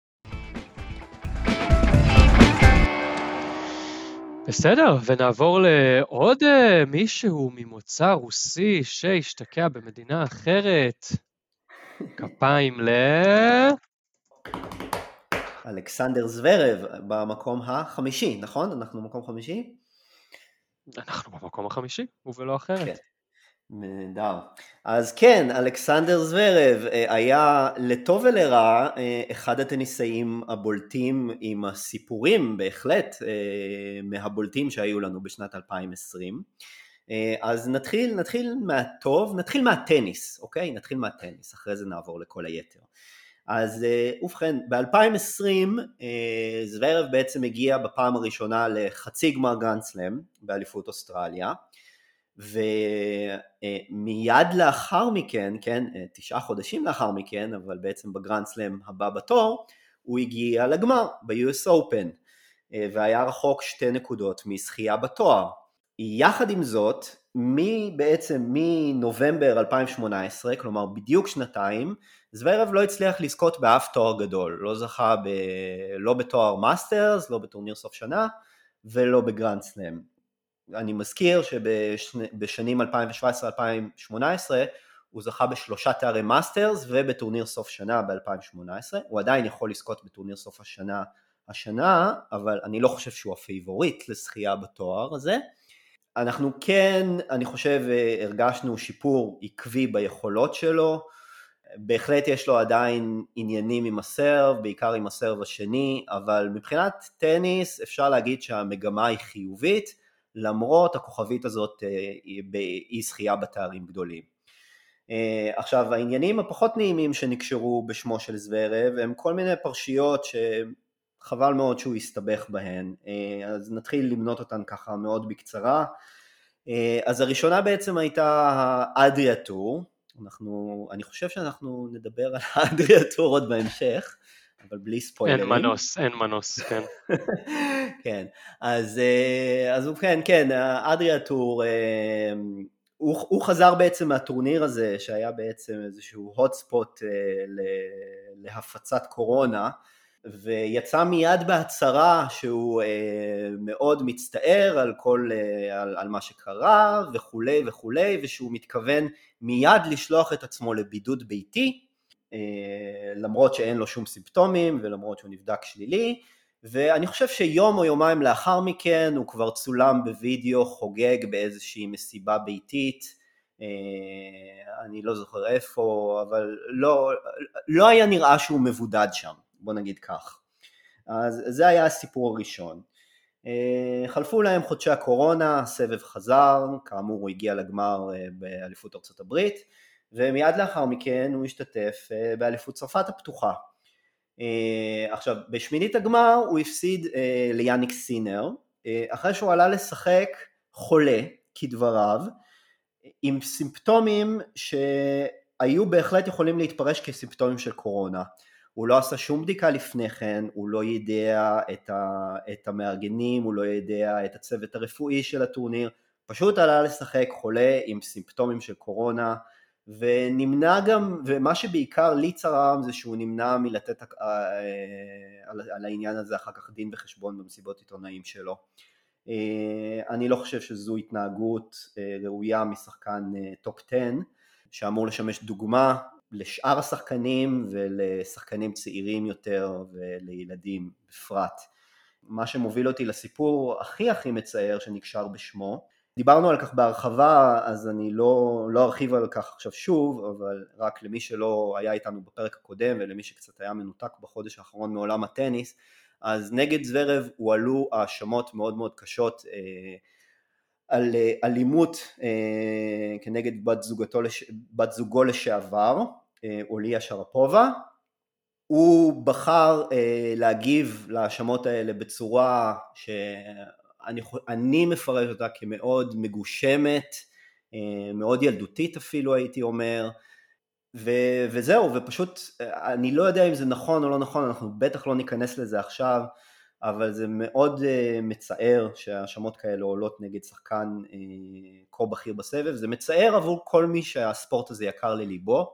בסדר, ונעבור לעוד מישהו ממוצא רוסי שהשתקע במדינה אחרת. כפיים ל... אלכסנדר זוורב במקום החמישי, נכון? אנחנו במקום חמישי? אנחנו במקום החמישי, ובלא אחרת. כן, נהדר. אז כן, אלכסנדר זוורב היה לטוב ולרע אחד הטניסאים הבולטים עם הסיפורים בהחלט מהבולטים שהיו לנו בשנת אלפיים ועשרים. אז נתחיל, נתחיל מהטוב, נתחיל מהטניס, אוקיי? נתחיל מהטניס, אחרי זה נעבור לכל היתר. אז ובכן, ב-אלפיים ועשרים זוורב בעצם הגיע בפעם הראשונה לחצי גמר גרנד סלאם באליפות אוסטרליה, ומיד לאחר מכן, כן, תשעה חודשים לאחר מכן, אבל בעצם בגרנד סלאם הבא בתור, הוא הגיע לגמר ב-יו אס Open, והיה רחוק שתי נקודות מזכייה בתואר. יחד עם זאת, בעצם מנובמבר אלפיים שמונה עשרה, כלומר בדיוק שנתיים, זוורב לא הצליח לזכות באף תואר גדול, לא זכה ב... לא בתואר מאסטרס, לא בטורניר סוף שנה, ולא בגרנד סלאם. אני מזכיר שבשנים אלפיים שבע עשרה אלפיים שמונה עשרה, הוא זכה בשלושה תארי מאסטרס, ובטורניר סוף שנה ב-אלפיים שמונה עשרה, הוא עדיין יכול לזכות בטורניר סוף השנה, השנה, אבל אני לא חושב שהוא הפייבוריט לזכייה בתואר הזה. אנחנו כן, אני חושב, הרגשנו שיפור עקבי ביכולות שלו, בהחלט יש לו עדיין עניינים עם הסרב, בעיקר עם הסרב השני, אבל מבחינת טניס אפשר להגיד שהמגמה היא חיובית, למרות הכוכבית הזאת באי זכייה בתארים גדולים. עכשיו, העניינים הפחות נעימים שנקשרו בשמו של זוורב, הם כל מיני פרשיות שחבל מאוד שהוא יסתבך בהן, אז נתחיל למנות אותן ככה מאוד בקצרה. אז הראשונה בעצם הייתה האדריה טור, אנחנו, אני חושב שאנחנו נדבר על האדריה טור עוד בהמשך, אבל בלי ספוילרים. אין מנוס, אין מנוס, כן. כן, אז, אז כן, כן, האדריה טור הוא, הוא חזר בעצם מהטורניר הזה, שהיה בעצם איזשהו hotspot להפצת קורונה, ויצא מיד בהצהרה שהוא מאוד מצטער על כל, על, על מה שקרה וכולי וכולי, ושהוא מתכוון מיד לשלוח את עצמו לבידוד ביתי, למרות שאין לו שום סימפטומים ולמרות שהוא נבדק שלילי, ואני חושב שיום או יומיים לאחר מכן הוא כבר צולם בווידאו חוגג באיזושהי מסיבה ביתית, אני לא זוכר איפה, אבל לא, לא היה נראה שהוא מבודד שם, בוא נגיד כך. אז זה היה הסיפור הראשון. חלפו להם חודשי הקורונה, הסבב חזר, כאמור הוא הגיע לגמר באליפות ארצות הברית, ומיד לאחר מכן הוא השתתף באליפות צרפת הפתוחה. עכשיו, בשמינית הגמר הוא הפסיד ליאניק סינר, אחרי שהוא עלה לשחק חולה, כדבריו, עם סימפטומים שהיו בהחלט יכולים להתפרש כסימפטומים של קורונה. הוא לא עשה שום בדיקה לפני כן, הוא לא ידע את, ה, את המארגנים, הוא לא ידע את הצוות הרפואי של הטורניר, פשוט עלה לשחק חולה עם סימפטומים של קורונה, ונמנע גם, ומה שבעיקר לי צרם זה שהוא נמנע מלתת על, על העניין הזה אחר כך דין וחשבון במסיבות עיתונאים שלו. אני לא חושב שזו התנהגות ראויה משחקן טופ עשר, שאמור לשמש דוגמה לשאר השחקנים ולשחקנים צעירים יותר ולילדים בפרט. מה שמוביל אותי לסיפור הכי הכי מצער שנקשר בשמו, דיברנו על כך בהרחבה, אז אני לא, לא ארחיב על כך עכשיו שוב, אבל רק למי שלא היה איתנו בפרק הקודם ולמי שקצת היה מנותק בחודש האחרון מעולם הטניס, אז נגד זוורב הועלו האשמות מאוד מאוד קשות אה, על אה, אלימות אה, כנגד בת, זוגתו, בת זוגו לשעבר, אה, אוליה שרפובה. הוא בחר אה, להגיב להאשמות האלה בצורה שאני אני מפרש אותה כמאוד מגושמת, אה, מאוד ילדותית אפילו הייתי אומר, ו- וזהו, ופשוט אני לא יודע אם זה נכון או לא נכון, אנחנו בטח לא ניכנס לזה עכשיו, אבל זה מאוד uh, מצער שהאשמות כאלה עולות נגד שחקן uh, כה בכיר בסבב, זה מצער עבור כל מי שהספורט הזה יקר לליבו,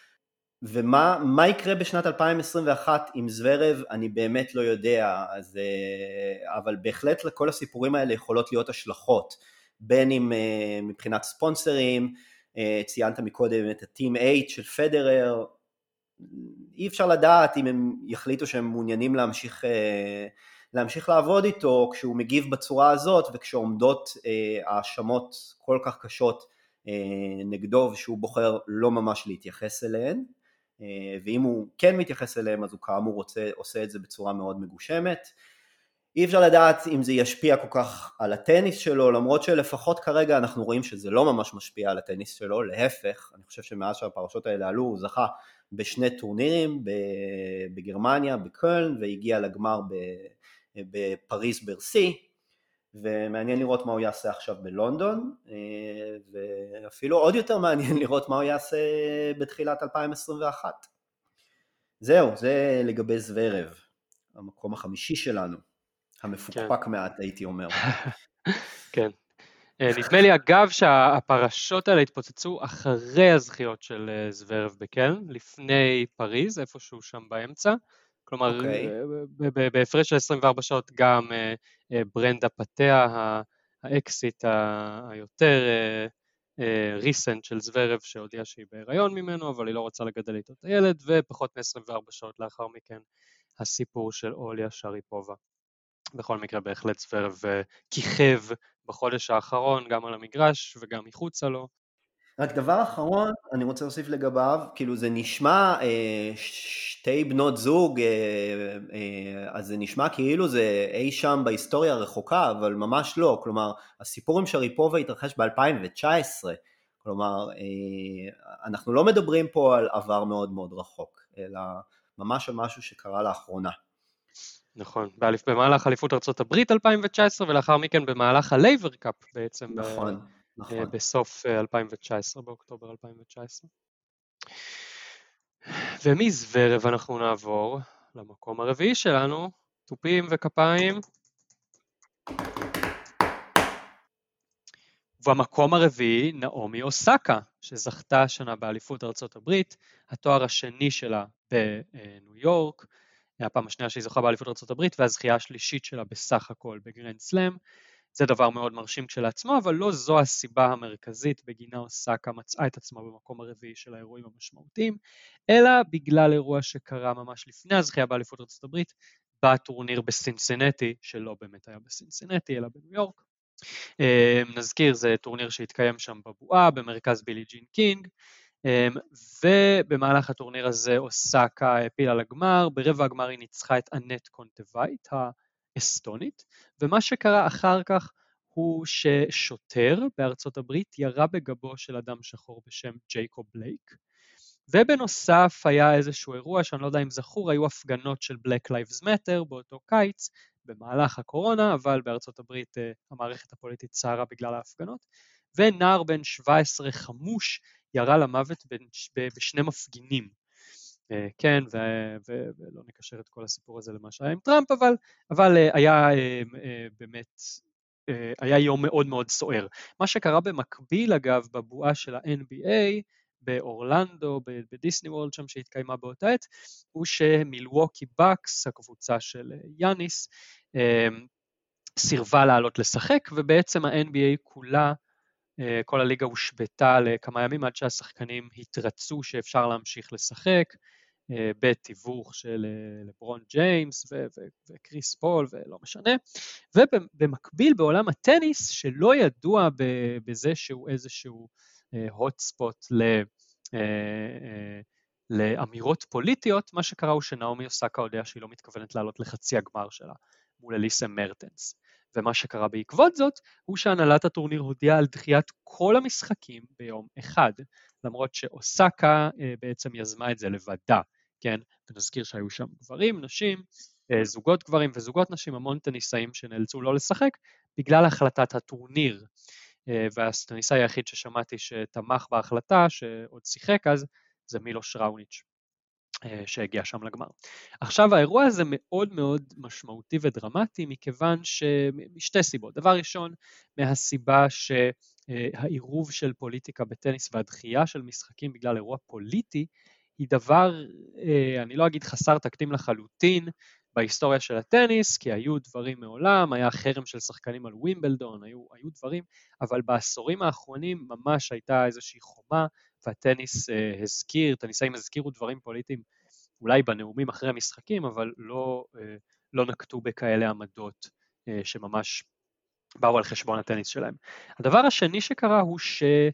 ומה מה יקרה בשנת אלפיים עשרים ואחת עם זוורב אני באמת לא יודע, אז, uh, אבל בהחלט לכל הסיפורים האלה יכולות להיות השלכות, בין אם uh, מבחינת ספונסרים, ציינת מקודם את ה-Team eight של פדרר, אי אפשר לדעת אם הם יחליטו שהם מעוניינים להמשיך, להמשיך לעבוד איתו כשהוא מגיב בצורה הזאת, וכשעומדות האשמות כל כך קשות נגדו ושהוא בוחר לא ממש להתייחס אליהן, ואם הוא כן מתייחס אליהם אז הוא כאמור רוצה, עושה את זה בצורה מאוד מגושמת. אי אפשר לדעת אם זה ישפיע כל כך על הטניס שלו, למרות שלפחות כרגע אנחנו רואים שזה לא ממש משפיע על הטניס שלו, להפך, אני חושב שמאז שהפרשות האלה עלו, הוא זכה בשני טורנירים, בגרמניה, בקולן, והגיע לגמר בפריז ברסי, ומעניין לראות מה הוא יעשה עכשיו בלונדון, ואפילו עוד יותר מעניין לראות מה הוא יעשה בתחילת אלפיים עשרים ואחת. זהו, זה לגבי זוורב, המקום החמישי שלנו. המפוקפק כן. מעט הייתי אומר. כן. נדמה לי אגב שהפרשות האלה התפוצצו אחרי הזכיות של זוורב בקלן, לפני פריז, איפשהו שם באמצע. כלומר, okay. בהפרש של עשרים וארבע שעות גם ברנדה פתיה, האקסיט היותר ריסנט של זוורב, שהודיע שהיא בהיריון ממנו, אבל היא לא רוצה לגדל איתו את הילד, ופחות מ-עשרים וארבע שעות לאחר מכן, הסיפור של אוליה שריפובה. בכל מקרה בהחלט זוורב כיכב בחודש האחרון, גם על המגרש וגם מחוצה לו. רק דבר אחרון, אני רוצה להוסיף לגביו, כאילו זה נשמע אה, שתי בנות זוג, אה, אה, אז זה נשמע כאילו זה אי שם בהיסטוריה הרחוקה, אבל ממש לא, כלומר הסיפור עם שריפובה התרחש ב-אלפיים תשע עשרה, כלומר אה, אנחנו לא מדברים פה על עבר מאוד מאוד רחוק, אלא ממש על משהו שקרה לאחרונה. נכון, במהלך אליפות ארצות הברית אלפיים תשע עשרה, ולאחר מכן במהלך הלייבר קאפ בעצם, נכון, ב- נכון. בסוף אלפיים תשע עשרה, באוקטובר אלפיים תשע עשרה. ומזוורב אנחנו נעבור למקום הרביעי שלנו, תופים וכפיים. במקום הרביעי נעמי אוסקה, שזכתה השנה באליפות ארצות הברית, התואר השני שלה בניו יורק, הפעם השנייה שהיא זוכה באליפות ארצות הברית, והזכייה השלישית שלה בסך הכל בגרנד סלאם. זה דבר מאוד מרשים כשלעצמו, אבל לא זו הסיבה המרכזית בגינה אוסקה מצאה את עצמה במקום הרביעי של האירועים המשמעותיים, אלא בגלל אירוע שקרה ממש לפני הזכייה באליפות ארצות הברית, בטורניר בסינסינטי, שלא באמת היה בסינסינטי, אלא בניו יורק. נזכיר, זה טורניר שהתקיים שם בבועה, במרכז בילי ג'ין קינג, ובמהלך הטורניר הזה אוסקה העפילה לגמר, ברבע הגמר היא ניצחה את אנט קונטווייט האסטונית, ומה שקרה אחר כך הוא ששוטר בארצות הברית ירה בגבו של אדם שחור בשם ג'ייקוב בלייק, ובנוסף היה איזשהו אירוע שאני לא יודע אם זכור, היו הפגנות של Black Lives Matter באותו קיץ, במהלך הקורונה, אבל בארצות הברית המערכת הפוליטית צערה בגלל ההפגנות, ונער בן שבע עשרה חמוש ירה למוות בשני מפגינים. כן, ולא נקשר את כל הסיפור הזה למה שהיה עם טראמפ, אבל, אבל היה באמת, היה יום מאוד מאוד סוער. מה שקרה במקביל אגב בבועה של ה-אן בי איי, באורלנדו, בדיסני וורלד שם שהתקיימה באותה עת, הוא שמילווקי בקס, הקבוצה של יאניס, סירבה לעלות לשחק, ובעצם ה-אן בי איי כולה, כל הליגה הושבתה לכמה ימים עד שהשחקנים התרצו שאפשר להמשיך לשחק, בתיווך של לברון ג'יימס וקריס פול ולא משנה, ובמקביל בעולם הטניס שלא ידוע בזה שהוא איזשהו hot spot לאמירות פוליטיות, מה שקרה הוא שנעמי אוסקה הודיעה שהיא לא מתכוונת לעלות לחצי הגמר שלה מול אליסה מרטנס, ומה שקרה בעקבות זאת הוא שהנהלת הטורניר הודיעה על דחיית כל המשחקים ביום אחד, למרות שאוסקה בעצם יזמה את זה לבדה, כן? ונזכיר שהיו שם גברים, נשים, זוגות גברים וזוגות נשים, המון טניסאים שנאלצו לא לשחק בגלל החלטת הטורניר, והטניסאי היחיד ששמעתי שתמך בהחלטה, שעוד שיחק אז, זה מילוש ראוניץ' שהגיע שם לגמר. עכשיו האירוע הזה מאוד מאוד משמעותי ודרמטי, מכיוון שמשתי סיבות. דבר ראשון, מהסיבה שהעירוב של פוליטיקה בטניס והדחייה של משחקים בגלל אירוע פוליטי, היא דבר, אני לא אגיד חסר תקדים לחלוטין, בהיסטוריה של הטניס, כי היו דברים מעולם, היה חרם של שחקנים על ווימבלדון, היו, היו דברים, אבל בעשורים האחרונים ממש הייתה איזושהי חומה, והטניס אה, הזכיר, טניסאים הזכירו דברים פוליטיים, אולי בנאומים אחרי המשחקים, אבל לא, אה, לא נקטו בכאלה עמדות אה, שממש באו על חשבון הטניס שלהם. הדבר השני שקרה הוא שבגלל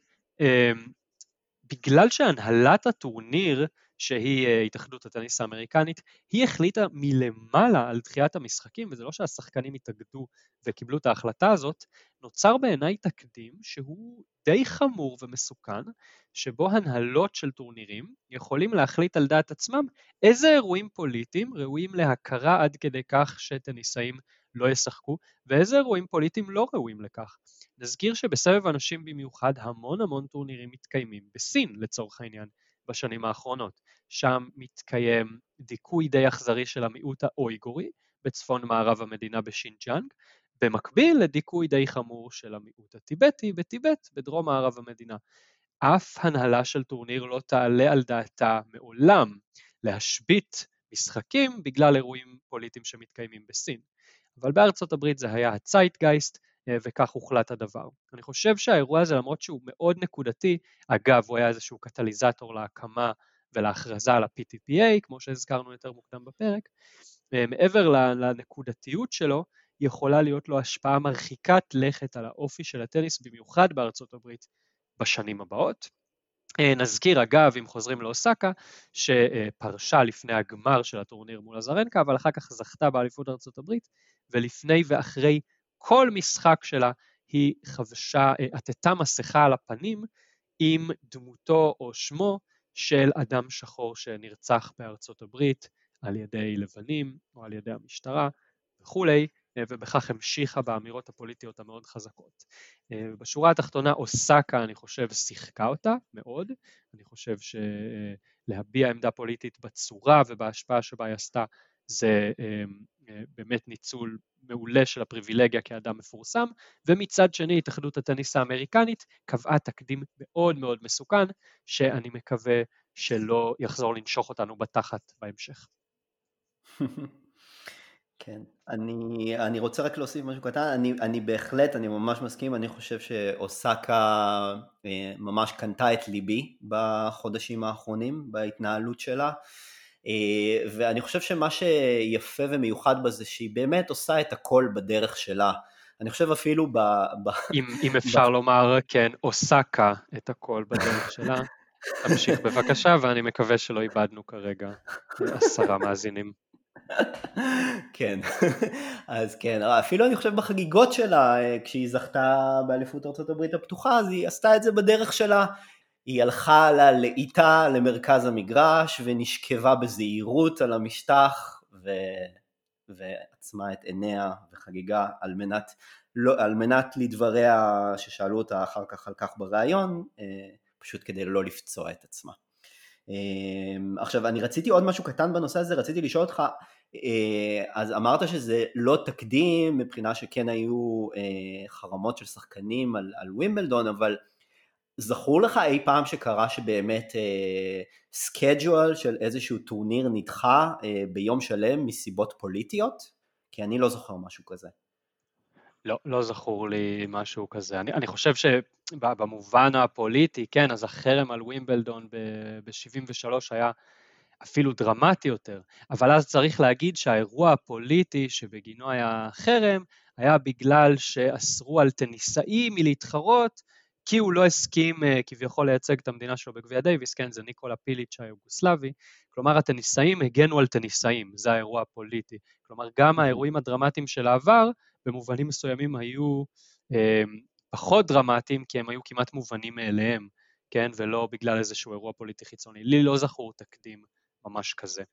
אה, שהנהלת הטורניר, שהיא התאחדות הטניס האמריקנית, היא החליטה מלמעלה על דחיית המשחקים, וזה לא שהשחקנים התאגדו וקיבלו את ההחלטה הזאת, נוצר בעיניי תקדים שהוא די חמור ומסוכן, שבו הנהלות של טורנירים יכולים להחליט על דעת עצמם איזה אירועים פוליטיים ראויים להכרה עד כדי כך שטניסאים לא ישחקו, ואיזה אירועים פוליטיים לא ראויים לכך. נזכיר שבסבב אנשים במיוחד המון המון טורנירים מתקיימים בסין לצורך העניין, בשנים האחרונות. שם מתקיים דיכוי די אכזרי של המיעוט האויגורי בצפון מערב המדינה בשינג'אנג, במקביל לדיכוי די חמור של המיעוט הטיבטי בטיבט בדרום מערב המדינה. אף הנהלה של טורניר לא תעלה על דעתה מעולם להשבית משחקים בגלל אירועים פוליטיים שמתקיימים בסין. אבל בארצות הברית זה היה הצייטגייסט, וכך הוחלט הדבר. אני חושב שהאירוע הזה, למרות שהוא מאוד נקודתי, אגב, הוא היה איזשהו קטליזטור להקמה ולהכרזה על ה-פי טי פי איי, כמו שהזכרנו יותר מוקדם בפרק, מעבר לנקודתיות שלו, יכולה להיות לו השפעה מרחיקת לכת על האופי של הטניס, במיוחד בארצות הברית בשנים הבאות. נזכיר אגב, אם חוזרים לאוסקה, שפרשה לפני הגמר של הטורניר מול אזרנקה, אבל אחר כך זכתה באליפות ארצות הברית, ולפני ואחרי כל משחק שלה היא חבשה, עטתה מסכה על הפנים עם דמותו או שמו של אדם שחור שנרצח בארצות הברית על ידי לבנים או על ידי המשטרה וכולי, ובכך המשיכה באמירות הפוליטיות המאוד חזקות. בשורה התחתונה אוסקה, אני חושב, שיחקה אותה מאוד, אני חושב שלהביע עמדה פוליטית בצורה ובהשפעה שבה היא עשתה, זה באמת ניצול מעולה של הפריבילגיה כאדם מפורסם, ומצד שני התאחדות הטניס האמריקנית קבעה תקדים מאוד מאוד מסוכן, שאני מקווה שלא יחזור לנשוך אותנו בתחת בהמשך. כן, אני, אני רוצה רק להוסיף משהו קטן, אני, אני בהחלט, אני ממש מסכים, אני חושב שאוסקה ממש קנתה את ליבי בחודשים האחרונים, בהתנהלות שלה, ואני חושב שמה שיפה ומיוחד בזה, שהיא באמת עושה את הכל בדרך שלה, אני חושב אפילו ב... ב אם, אם אפשר ב... לומר, כן, אוסקה את הכל בדרך שלה, תמשיך בבקשה, ואני מקווה שלא איבדנו כרגע עשרה מאזינים. כן, אז כן, אפילו אני חושב בחגיגות שלה, כשהיא זכתה באליפות ארצות הברית הפתוחה, אז היא עשתה את זה בדרך שלה, היא הלכה לה לאיטה למרכז המגרש, ונשכבה בזהירות על המשטח, ו... ועצמה את עיניה וחגיגה על מנת, לא, על מנת לדבריה ששאלו אותה אחר כך על כך בראיון, פשוט כדי לא לפצוע את עצמה. עכשיו אני רציתי עוד משהו קטן בנושא הזה, רציתי לשאול אותך, אז אמרת שזה לא תקדים מבחינה שכן היו חרמות של שחקנים על, על ווימבלדון, אבל זכור לך אי פעם שקרה שבאמת סקייג'ואל של איזשהו טורניר נדחה ביום שלם מסיבות פוליטיות? כי אני לא זוכר משהו כזה. לא, לא זכור לי משהו כזה. אני, אני חושב שבמובן הפוליטי, כן, אז החרם על ווימבלדון ב-שבעים ושלוש היה אפילו דרמטי יותר, אבל אז צריך להגיד שהאירוע הפוליטי שבגינו היה חרם, היה בגלל שאסרו על טניסאי מלהתחרות, כי הוא לא הסכים כביכול לייצג את המדינה שלו בגביע דייוויס, כן, זה ניקולה פיליץ' היוגוסלבי, כלומר הטניסאים הגנו על טניסאים, זה האירוע הפוליטי, כלומר גם האירועים הדרמטיים של העבר, במובנים מסוימים היו אה, פחות דרמטיים, כי הם היו כמעט מובנים מאליהם, כן, ולא בגלל איזשהו אירוע פוליטי חיצוני, לי לא זכור תקדים ממש כזה.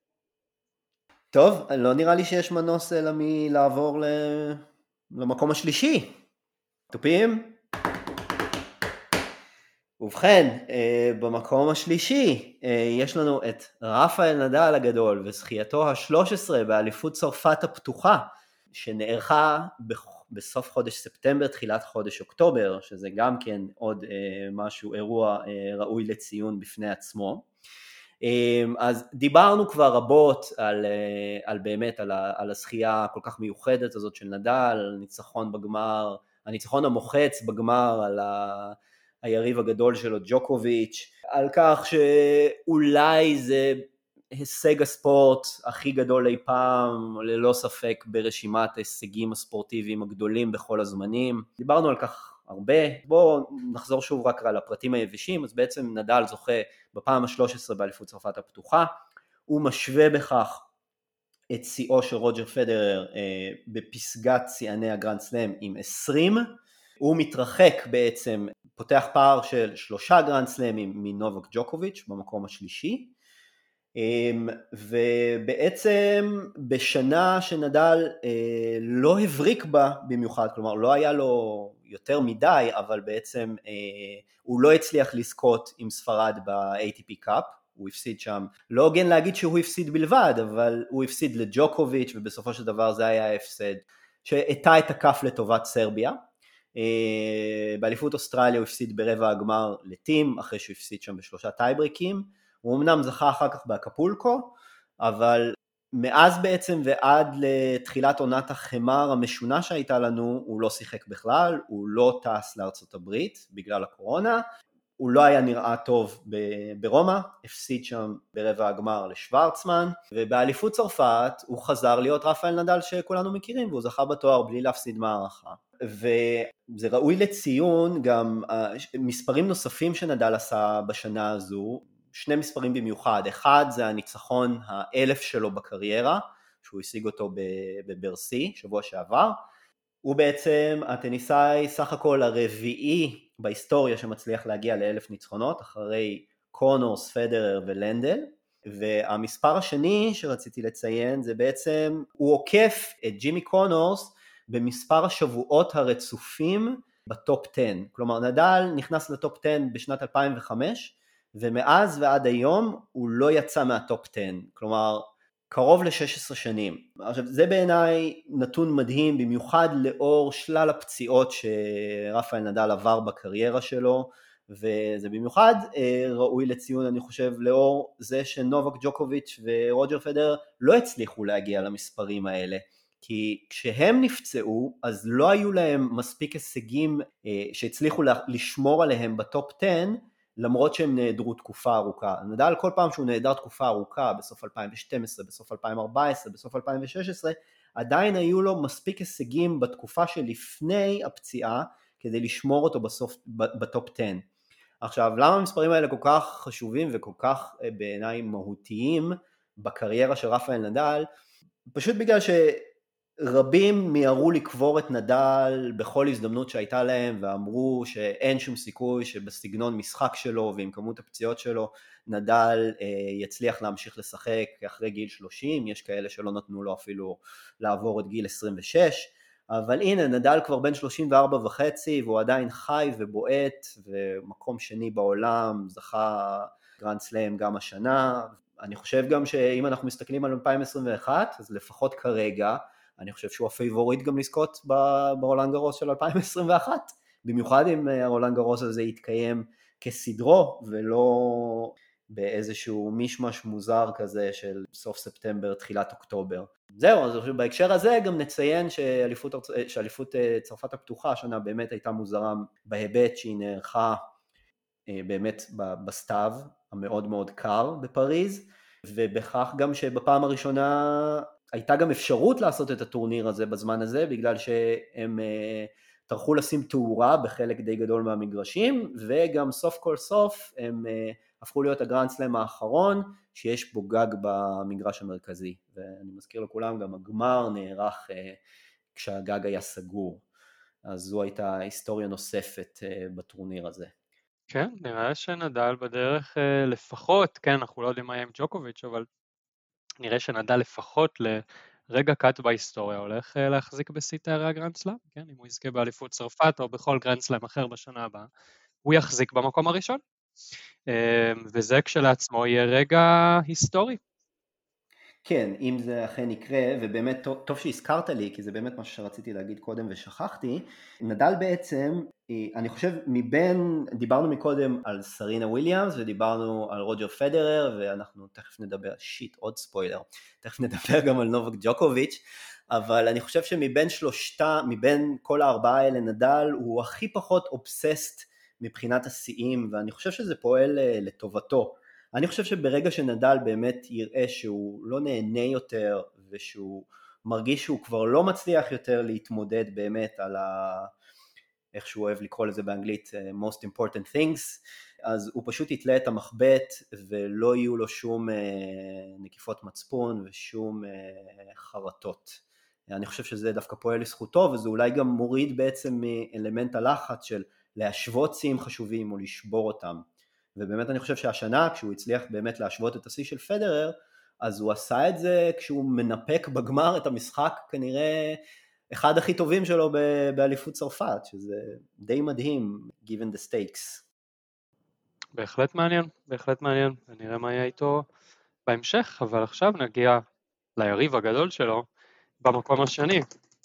טוב, לא נראה לי שיש מנוס אלא מלעבור למקום השלישי. תופים? ובכן, במקום השלישי יש לנו את רפאל נדל הגדול וזכייתו ה-שלוש עשרה באליפות צרפת הפתוחה, שנערכה בסוף חודש ספטמבר, תחילת חודש אוקטובר, שזה גם כן עוד משהו, אירוע ראוי לציון בפני עצמו. אז דיברנו כבר רבות על, על באמת, על, על הזכייה הכל כך מיוחדת הזאת של נדל, על ניצחון בגמר, הניצחון המוחץ בגמר על ה... היריב הגדול שלו ג'וקוביץ', על כך שאולי זה הישג הספורט הכי גדול אי פעם, ללא ספק ברשימת ההישגים הספורטיביים הגדולים בכל הזמנים. דיברנו על כך הרבה, בואו נחזור שוב רק על הפרטים היבשים. אז בעצם נדל זוכה בפעם ה-שלוש עשרה באליפות צרפת הפתוחה, הוא משווה בכך את שיאו של רוג'ר פדרר אה, בפסגת שיאני הגרנד סלאם עם עשרים, הוא מתרחק בעצם, פותח פער של שלושה גרנד סלאמים מנובק ג'וקוביץ' במקום השלישי, ובעצם בשנה שנדל לא הבריק בה במיוחד, כלומר לא היה לו יותר מדי, אבל בעצם הוא לא הצליח לזכות עם ספרד ב-איי טי פי קאפ, הוא הפסיד שם, לא הוגן להגיד שהוא הפסיד בלבד, אבל הוא הפסיד לג'וקוביץ' ובסופו של דבר זה היה ההפסד שהטה את הכף לטובת סרביה. באליפות אוסטרליה הוא הפסיד ברבע הגמר לטים, אחרי שהוא הפסיד שם בשלושה טייבריקים, הוא אמנם זכה אחר כך באקפולקו, אבל מאז בעצם ועד לתחילת עונת החמר המשונה שהייתה לנו, הוא לא שיחק בכלל, הוא לא טס לארצות הברית בגלל הקורונה, הוא לא היה נראה טוב ברומא, הפסיד שם ברבע הגמר לשוורצמן, ובאליפות צרפת הוא חזר להיות רפאל נדל שכולנו מכירים, והוא זכה בתואר בלי להפסיד מערכה. וזה ראוי לציון גם מספרים נוספים שנדל עשה בשנה הזו, שני מספרים במיוחד, אחד זה הניצחון האלף שלו בקריירה, שהוא השיג אותו בברסי שבוע שעבר, הוא בעצם הטניסאי סך הכל הרביעי בהיסטוריה שמצליח להגיע לאלף ניצחונות, אחרי קונורס, פדרר ולנדל, והמספר השני שרציתי לציין זה בעצם, הוא עוקף את ג'ימי קונורס במספר השבועות הרצופים בטופ עשר, כלומר נדל נכנס לטופ עשר בשנת אלפיים וחמש, ומאז ועד היום הוא לא יצא מהטופ עשר, כלומר קרוב ל-שש עשרה שנים. עכשיו זה בעיניי נתון מדהים, במיוחד לאור שלל הפציעות שרפאל נדל עבר בקריירה שלו, וזה במיוחד ראוי לציון אני חושב לאור זה שנובק ג'וקוביץ' ורוג'ר פדרר לא הצליחו להגיע למספרים האלה, כי כשהם נפצעו אז לא היו להם מספיק הישגים שהצליחו לשמור עליהם בטופ עשר, למרות שהם נעדרו תקופה ארוכה. נדל כל פעם שהוא נעדר תקופה ארוכה, בסוף אלפיים ושתים עשרה, בסוף אלפיים וארבע עשרה, בסוף אלפיים ושש עשרה, עדיין היו לו מספיק הישגים בתקופה שלפני הפציעה, כדי לשמור אותו בסוף בטופ עשר. עכשיו, למה המספרים האלה כל כך חשובים וכל כך בעיניי מהותיים בקריירה של רפאל נדל? פשוט בגלל ש... רבים מיהרו לקבור את נדל בכל הזדמנות שהייתה להם, ואמרו שאין שום סיכוי שבסגנון משחק שלו ועם כמות הפציעות שלו נדל יצליח להמשיך לשחק אחרי גיל שלושים, יש כאלה שלא נתנו לו אפילו לעבור את גיל עשרים ושש, אבל הנה נדל כבר בן שלושים וארבע וחצי והוא עדיין חי ובועט, ומקום שני בעולם, זכה גרנד סלאם גם השנה. אני חושב גם שאם אנחנו מסתכלים על אלפיים עשרים ואחת, אז לפחות כרגע אני חושב שהוא הפייבוריט גם לזכות ברולנד גרוס של אלפיים עשרים ואחת, במיוחד אם הרולנד גרוס הזה יתקיים כסדרו, ולא באיזשהו מישמש מוזר כזה של סוף ספטמבר, תחילת אוקטובר. זהו, אז בהקשר הזה גם נציין שאליפות, שאליפות צרפת הפתוחה השנה באמת הייתה מוזרה בהיבט שהיא נערכה באמת בסתיו המאוד מאוד קר בפריז, ובכך גם שבפעם הראשונה הייתה גם אפשרות לעשות את הטורניר הזה בזמן הזה, בגלל שהם טרחו לשים תאורה בחלק די גדול מהמגרשים, וגם סוף כל סוף הם הפכו להיות הגרנד סלאם האחרון, שיש בו גג במגרש המרכזי, ואני מזכיר לכולם, גם הגמר נערך כשהגג היה סגור, אז זו הייתה היסטוריה נוספת בטורניר הזה. כן, נראה שנדל בדרך לפחות, כן, אנחנו לא יודעים מה יהיה עם ג'וקוביץ', אבל נראה שנדל לפחות לרגע קאט בהיסטוריה, הולך להחזיק בשיא תארי הגרנד סלאם, כן, אם הוא יזכה באליפות צרפת או בכל גרנד סלאם אחר בשנה הבאה, הוא יחזיק במקום הראשון, וזה כשלעצמו יהיה רגע היסטורי. כן, אם זה אכן יקרה, ובאמת טוב, טוב שהזכרת לי, כי זה באמת מה שרציתי להגיד קודם ושכחתי, נדל בעצם, אני חושב מבין, דיברנו מקודם על סרינה וויליאמס, ודיברנו על רוג'ר פדרר, ואנחנו תכף נדבר, שיט, עוד ספוילר, תכף נדבר גם על נובק ג'וקוביץ', אבל אני חושב שמבין שלושתה, מבין כל הארבעה האלה, נדל הוא הכי פחות אובססט מבחינת השיאים, ואני חושב שזה פועל לטובתו. אני חושב שברגע שנדל באמת יראה שהוא לא נהנה יותר, ושהוא מרגיש שהוא כבר לא מצליח יותר להתמודד באמת על ה... איך שהוא אוהב לקרוא לזה באנגלית, most important things, אז הוא פשוט יתלה את המחבט, ולא יהיו לו שום נקיפות מצפון, ושום חרטות. אני חושב שזה דווקא פועל לזכותו, וזה אולי גם מוריד בעצם מאלמנט הלחץ של להשוות שיאים חשובים, או לשבור אותם. ובאמת אני חושב שהשנה, כשהוא הצליח באמת להשוות את השיא של פדרר, אז הוא עשה את זה כשהוא מנפק בגמר את המשחק, כנראה אחד הכי טובים שלו באליפות צרפת, שזה די מדהים, given the stakes. בהחלט מעניין, בהחלט מעניין, ונראה מה יהיה איתו בהמשך, אבל עכשיו נגיע ליריב הגדול שלו, במקום השני.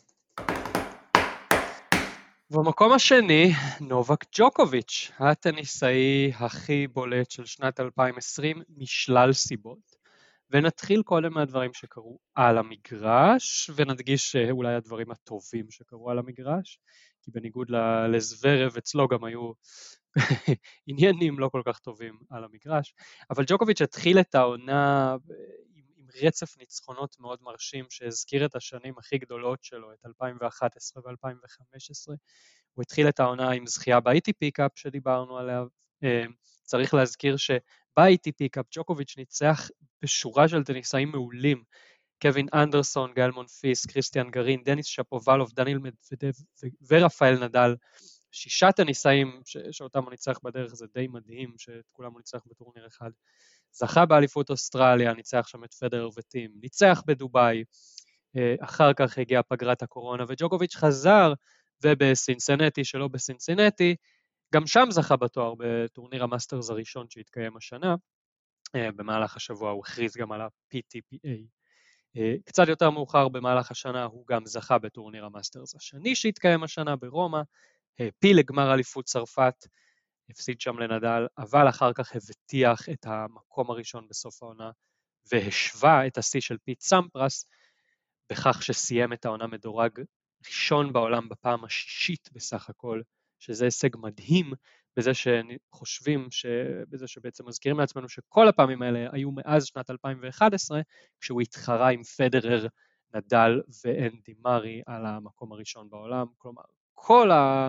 במקום השני, נובק ג'וקוביץ', הטניסאי הכי בולט של שנת אלפיים ועשרים משלל סיבות. ונתחיל קודם מהדברים שקרו על המגרש, ונדגיש אולי הדברים הטובים שקרו על המגרש, כי בניגוד לזוורב אצלו גם היו עניינים לא כל כך טובים על המגרש, אבל ג'וקוביץ' התחיל את העונה עם, עם רצף ניצחונות מאוד מרשים, שהזכיר את השנים הכי גדולות שלו, את אלפיים ואחת עשרה ו-אלפיים וחמש עשרה, הוא התחיל את העונה עם זכייה ב-איי טי פי קאפ שדיברנו עליה, צריך להזכיר שב-איי טי פי קאפ ג'וקוביץ' ניצח בשורה של טניסאים מעולים, קווין אנדרסון, גאל מונפיס, קריסטיאן גרין, דניס שפובלוב, דניאל מדוודב ורפאל נדל, שישה טניסאים ש- שאותם הוא ניצח בדרך, זה די מדהים שאת כולם הוא ניצח בטורניר אחד. זכה באליפות אוסטרליה, ניצח שם את פדרר וטים, ניצח בדוביי, אחר כך הגיעה פגרת הקורונה, וג'וקוביץ' חזר, ובסינסינטי שלא בסינסינטי, גם שם זכה בתואר בטורניר המאסטרס הראשון שהתקיים השנה, במהלך השבוע הוא הכריז גם על ה-פי טי פי איי. קצת יותר מאוחר במהלך השנה הוא גם זכה בטורניר המאסטרס השני שהתקיים השנה ברומא, העפיל לגמר אליפות צרפת, הפסיד שם לנדל, אבל אחר כך הבטיח את המקום הראשון בסוף העונה, והשווה את השיא של פיט סמפרס, בכך שסיים את העונה מדורג ראשון בעולם בפעם השישית בסך הכל, שזה הישג מדהים, בזה שחושבים, בזה שבעצם מזכירים לעצמנו שכל הפעמים האלה היו מאז שנת אלפיים ואחת עשרה, כשהוא התחרה עם פדרר, נדל ואנדי מארי על המקום הראשון בעולם, כלומר כל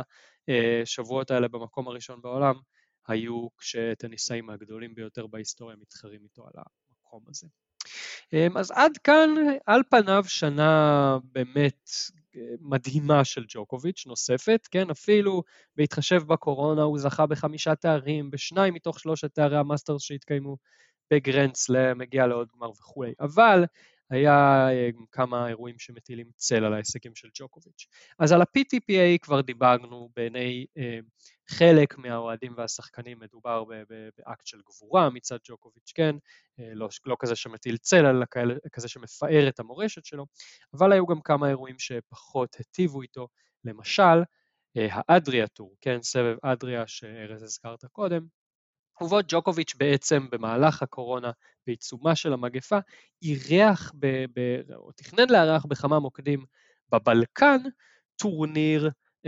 השבועות האלה במקום הראשון בעולם, היו כשטניסאים הגדולים ביותר בהיסטוריה מתחרים איתו על המקום הזה. אז עד כאן על פניו שנה באמת מדהימה של ג'וקוביץ' נוספת, כן, אפילו בהתחשב בקורונה הוא זכה בחמישה תארים, בשניים מתוך שלושת תארי המאסטרס שהתקיימו בגרנד סלאם, מגיע לעוד גמר וכו', אבל היה כמה אירועים שמטילים צל על ההישגים של ג'וקוביץ'. אז על ה-פי טי פי איי כבר דיברנו, בעיני חלק מהאוהדים והשחקנים מדובר באקט של גבורה מצד ג'וקוביץ', כן, לא, לא כזה שמטיל צל, אלא כזה שמפאר את המורשת שלו, אבל היו גם כמה אירועים שפחות היטיבו איתו, למשל, האדריה טור, כן, סבב אדריה שארז הזכרת קודם, ובו ג'וקוביץ' בעצם במהלך הקורונה, בעיצומה של המגפה, אירח, ב, ב, או תכנן לארח בכמה מוקדים בבלקן, טורניר,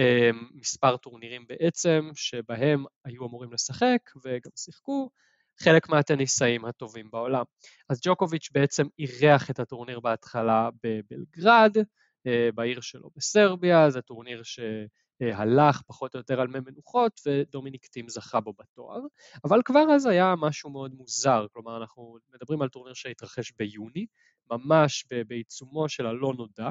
מספר טורנירים בעצם, שבהם היו אמורים לשחק וגם שיחקו, חלק מהטניסאים הטובים בעולם. אז ג'וקוביץ' בעצם אירח את הטורניר בהתחלה בבלגרד, בעיר שלו בסרביה, זה טורניר שהלך פחות או יותר על מי מנוחות, ודומיניק טים זכה בו בתואר, אבל כבר אז היה משהו מאוד מוזר, כלומר אנחנו מדברים על טורניר שהתרחש ביוני, ממש בעיצומו של הלא נודע,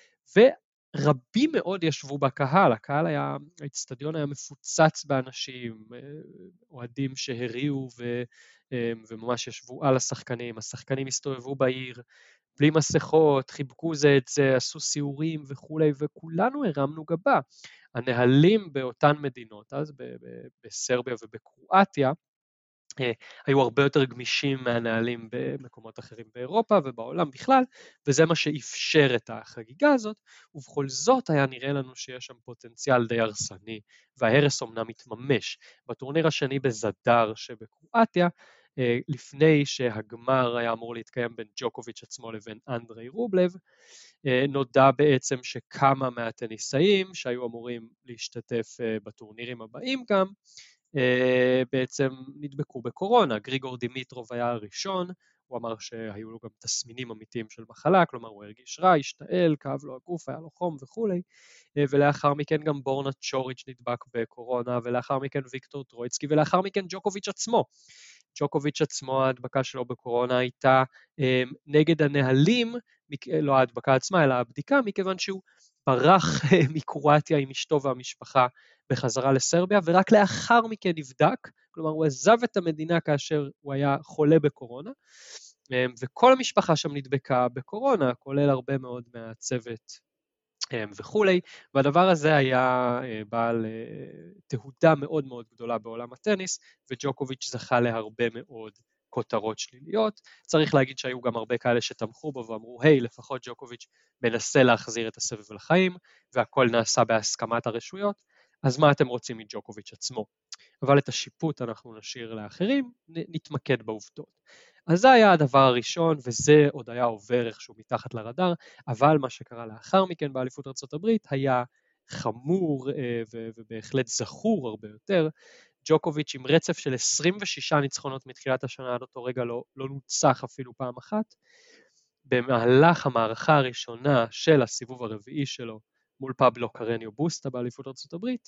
ורבים מאוד ישבו בקהל, הקהל היה, האצטדיון היה מפוצץ באנשים, אוהדים שהריעו ו, וממש ישבו על השחקנים, השחקנים הסתובבו בעיר, בלי מסכות, חיבקו זה את זה, עשו סיורים וכולי, וכולנו הרמנו גבה. הנהלים באותן מדינות, אז בסרביה ובקרואטיה, היו הרבה יותר גמישים מהנהלים במקומות אחרים באירופה ובעולם בכלל, וזה מה שאפשר את החגיגה הזאת, ובכל זאת היה נראה לנו שיש שם פוטנציאל די הרסני, וההרס אומנם מתממש. בטורניר השני בזדר שבקרואטיה, לפני שהגמר היה אמור להתקיים בין ג'וקוביץ' עצמו לבין אנדרי רובלב, נודע בעצם שכמה מהטניסאים שהיו אמורים להשתתף בטורנירים הבאים גם, בעצם נדבקו בקורונה. גריגור דימיטרוב היה הראשון, הוא אמר שהיו לו גם תסמינים אמיתיים של מחלה, כלומר הוא הרגיש רע, השתעל, כאב לו הגוף, היה לו חום וכולי, ולאחר מכן גם בורנה צ'וריץ' נדבק בקורונה, ולאחר מכן ויקטור טרויצקי, ולאחר מכן ג'וקוביץ' עצמו. ג'וקוביץ' עצמו, ההדבקה שלו בקורונה הייתה נגד הנהלים, לא ההדבקה עצמה, אלא הבדיקה, מכיוון שהוא ברח מקרואטיה עם אשתו והמשפחה בחזרה לסרביה, ורק לאחר מכן נבדק, כלומר הוא עזב את המדינה כאשר הוא היה חולה בקורונה, וכל המשפחה שם נדבקה בקורונה, כולל הרבה מאוד מהצוות וכולי, והדבר הזה היה בעל תהודה מאוד מאוד גדולה בעולם הטניס, וג'וקוביץ' זכה להרבה מאוד כותרות שליליות. צריך להגיד שהיו גם הרבה כאלה שתמכו בו ואמרו, היי, לפחות ג'וקוביץ' מנסה להחזיר את הסבב לחיים, והכל נעשה בהסכמת הרשויות, אז מה אתם רוצים מג'וקוביץ' עצמו? אבל את השיפוט אנחנו נשאיר לאחרים, נתמקד בעובדות. אז זה היה הדבר הראשון, וזה עוד היה עובר איכשהו מתחת לרדאר, אבל מה שקרה לאחר מכן באליפות ארצות הברית היה חמור ובהחלט זכור הרבה יותר. ג'וקוביץ' עם רצף של עשרים ושישה ניצחונות מתחילת השנה, עד אותו רגע לא, לא נוצח אפילו פעם אחת. במהלך המערכה הראשונה של הסיבוב הרביעי שלו, מול פבלו קרניו בוסטה באליפות ארצות הברית,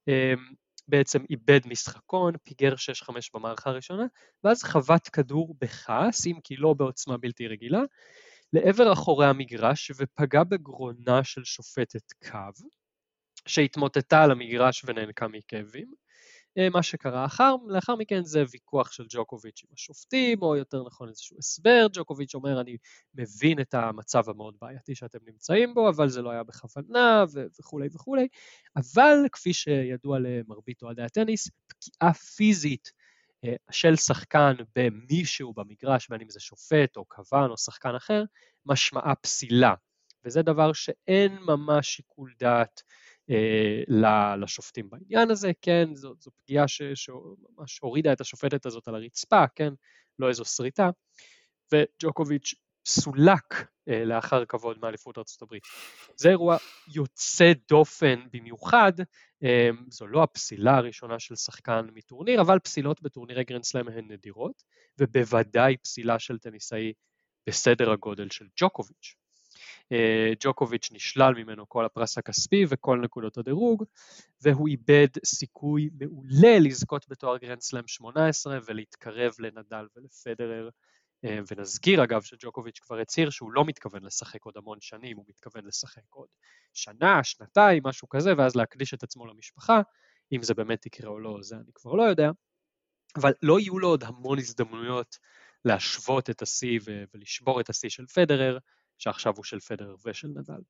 בעצם איבד משחקון, פיגר שש חמש במערכה הראשונה, ואז חבט כדור בכעס, אם כי לא בעוצמה בלתי רגילה, לעבר אחורי המגרש, ופגע בגרונה של שופטת קו, שהתמוטטה על המגרש ונענקה מכאבים. מה שקרה אחר, לאחר מכן זה ויכוח של ג'וקוביץ' עם השופטים, או יותר נכון איזשהו הסבר. ג'וקוביץ' אומר, אני מבין את המצב המאוד בעייתי שאתם נמצאים בו, אבל זה לא היה בכוונה וכו' וכו'. אבל כפי שידוע למרבית אוהדי הטניס, פגיעה פיזית של שחקן במישהו במגרש, בין אם זה שופט או כוון או שחקן אחר, משמעה פסילה. וזה דבר שאין ממש שיקול דעת אה, לשופטים בעניין הזה, כן, זו, זו פגיעה ש, שממש הורידה את השופטת הזאת על הרצפה, כן, לא איזו שריטה, וג'וקוביץ' סולק אה, לאחר כבוד מאליפות ארצות הברית. זה אירוע יוצא דופן במיוחד, אה, זו לא הפסילה הראשונה של שחקן מטורניר, אבל פסילות בטורנירי גרנד סלאם הן נדירות, ובוודאי פסילה של טניסאי בסדר הגודל של ג'וקוביץ'. ג'וקוביץ' נשלל ממנו כל הפרס הכספי וכל נקודות הדירוג, והוא איבד סיכוי מעולה לזכות בתואר גרנד סלאם שמונה עשרה ולהתקרב לנדל ולפדרר, ונזכיר אגב שג'וקוביץ' כבר הצהיר שהוא לא מתכוון לשחק עוד המון שנים, הוא מתכוון לשחק עוד שנה, שנתיים, משהו כזה, ואז להקדיש את עצמו למשפחה, אם זה באמת יקרה או לא, זה אני כבר לא יודע, אבל לא יהיו לו עוד המון הזדמנויות להשוות את השיא ולשבור את השיא של פדרר, שעכשיו הוא של פדרר ושל נדל.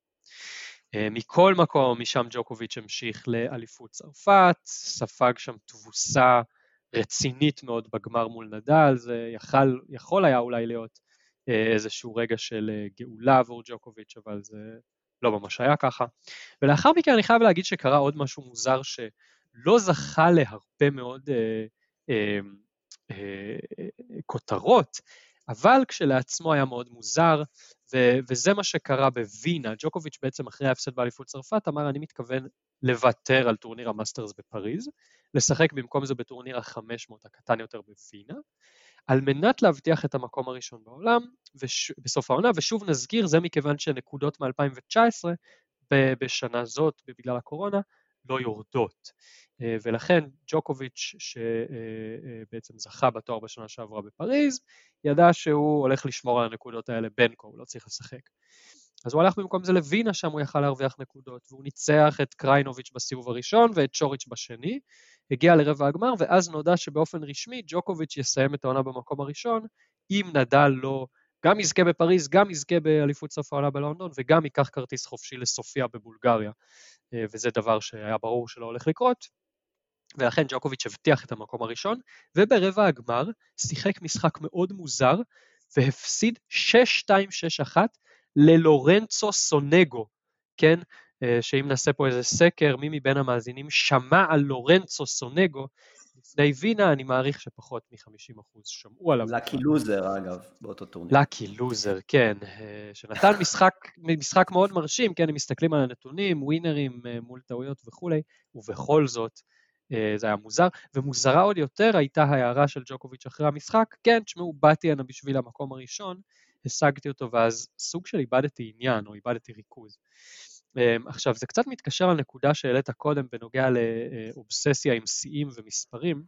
מכל מקום, משם ג'וקוביץ' המשיך לאליפות צרפת, ספג שם תבוסה רצינית מאוד בגמר מול נדל, זה יכול, יכול היה אולי להיות איזשהו רגע של גאולה עבור ג'וקוביץ', אבל זה לא ממש היה ככה. ולאחר מכן אני חייב להגיד שקרה עוד משהו מוזר שלא זכה להרבה מאוד אה, אה, אה, כותרות, אבל כשלעצמו היה מאוד מוזר, ו- וזה מה שקרה בווינה. ג'וקוביץ' בעצם אחרי ההפסד באליפות צרפת אמר, אני מתכוון לוותר על טורניר המאסטרס בפריז, לשחק במקום זה בטורניר ה-חמש מאות הקטן יותר בווינה, על מנת להבטיח את המקום הראשון בעולם וש... בסוף העונה, ושוב נזכיר, זה מכיוון שנקודות מ-אלפיים תשע עשרה ב- בשנה זאת, בגלל הקורונה, לא יורדות. ולכן ג'וקוביץ' שבעצם זכה בתואר בשנה שעברה בפריז, ידע שהוא הולך לשמור על הנקודות האלה בין כה, הוא לא צריך לשחק. אז הוא הלך במקום זה לווינה, שם הוא יכל להרוויח נקודות, והוא ניצח את קריינוביץ' בסיבוב הראשון ואת צ'וריץ' בשני, הגיע לרבע הגמר, ואז נודע שבאופן רשמי ג'וקוביץ' יסיים את העונה במקום הראשון, אם נדל לא, גם יזכה בפריז, גם יזכה באליפות סוף העונה בלונדון, וגם ייקח כרטיס חופשי לסופיה בבולגריה, וזה דבר שהיה ברור שלא הולך לקרות, ולכן ג'וקוביץ' הבטיח את המקום הראשון, וברבע הגמר שיחק משחק מאוד מוזר, והפסיד שש שתיים שש אחת ללורנצו סונגו, כן? שאם נעשה פה איזה סקר, מי מבין המאזינים שמע על לורנצו סונגו, לפני וינה, אני מעריך שפחות מ-חמישים אחוז שמעו עליו. לקי לוזר אגב, באותו טורניר. לקי לוזר, כן, שנתן משחק, משחק מאוד מרשים, כן, הם מסתכלים על הנתונים, ווינרים מול טעויות וכו', ובכל זאת, זה היה מוזר, ומוזרה עוד יותר הייתה ההערה של ג'וקוביץ' אחרי המשחק, כן, תשמעו, באתי הנה בשביל המקום הראשון, השגתי אותו, ואז סוג של איבדתי עניין, או איבדתי ריכוז. עכשיו, זה קצת מתקשר לנקודה שהעלית קודם, בנוגע לאובססיה עם שיאים ומספרים,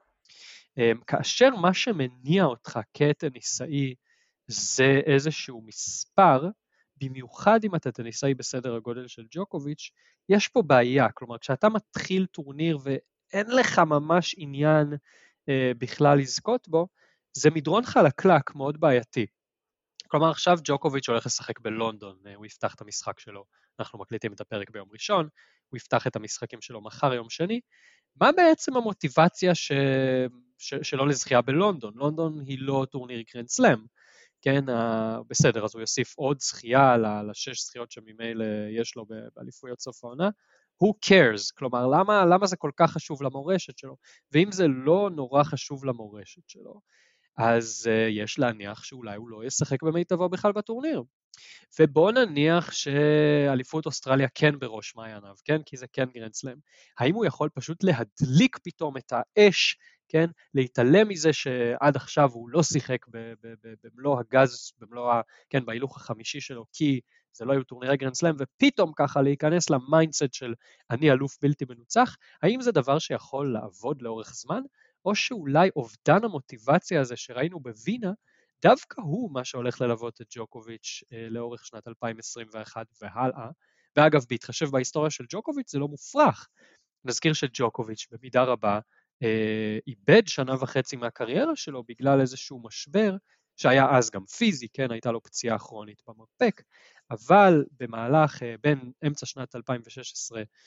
כאשר מה שמניע אותך כטניסאי, זה איזשהו מספר, במיוחד אם אתה טניסאי בסדר הגודל של ג'וקוביץ', יש פה בעיה, כלומר, כשאתה מתחיל טורניר ואין לך ממש עניין אה, בכלל לזכות בו, זה מדרון חלקלק מאוד בעייתי. כלומר, עכשיו ג'וקוביץ' הולך לשחק בלונדון, הוא יפתח את המשחק שלו, אנחנו מקליטים את הפרק ביום ראשון, הוא יפתח את המשחקים שלו מחר יום שני, מה בעצם המוטיבציה ש... ש... שלא לזכייה בלונדון? לונדון היא לא טורניר גרנד סלאם, כן, בסדר, אז הוא יוסיף עוד זכייה לשש זכיות שממילא יש לו באליפויות סוף העונה, who cares, כלומר, למה, למה זה כל כך חשוב למורשת שלו? ואם זה לא נורא חשוב למורשת שלו, אז uh, יש להניח שאולי הוא לא ישחק במיטבו בכלל בטורניר. ובוא נניח שאליפות אוסטרליה כן בראש מעייניו, כן? כי זה כן גרנד סלאם. האם הוא יכול פשוט להדליק פתאום את האש, כן? להתעלם מזה שעד עכשיו הוא לא שיחק במלוא הגז, במלוא, כן, בהילוך החמישי שלו, כי זה לא היו טורנירי גרנד סלאם, ופתאום ככה להיכנס למיינדסט של אני אלוף בלתי מנוצח, האם זה דבר שיכול לעבוד לאורך זמן? או שאולי אובדן המוטיבציה הזה שראינו בווינה, דווקא הוא מה שהולך ללוות את ג'וקוביץ' אה, לאורך שנת אלפיים עשרים ואחת והלאה, ואגב, בהתחשב בהיסטוריה של ג'וקוביץ' זה לא מופרך. נזכיר שג'וקוביץ' במידה רבה אה, איבד שנה וחצי מהקריירה שלו בגלל איזשהו משבר, שהיה אז גם פיזי, כן, הייתה לו פציעה כרונית במרפק, אבל במהלך, אה, בין אמצע שנת אלפיים ושש עשרה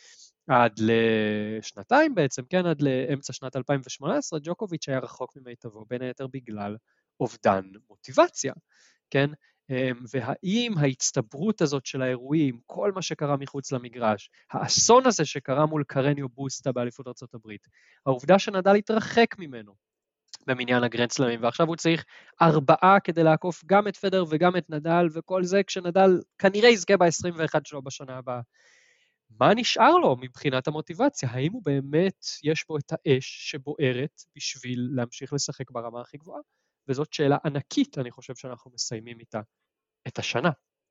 עד לשנתיים בעצם, כן, עד לאמצע שנת אלפיים ושמונה עשרה, ג'וקוביץ' היה רחוק ממיטבו, בין היתר בגלל אובדן מוטיבציה, כן? והאם ההצטברות הזאת של האירועים, כל מה שקרה מחוץ למגרש, האסון הזה שקרה מול קרניו בוסטה באליפות ארצות הברית, העובדה שנדל התרחק ממנו במניין הגרנד סלמים, ועכשיו הוא צריך ארבעה כדי לעקוף גם את פדר וגם את נדל, וכל זה כשנדל כנראה יזכה ב-עשרים ואחת שלו בשנה הבאה. מה נשאר לו מבחינת המוטיבציה? האם הוא באמת, יש בו את האש שבוערת בשביל להמשיך לשחק ברמה הכי גבוהה? וזאת שאלה ענקית, אני חושב שאנחנו מסיימים איתה את השנה.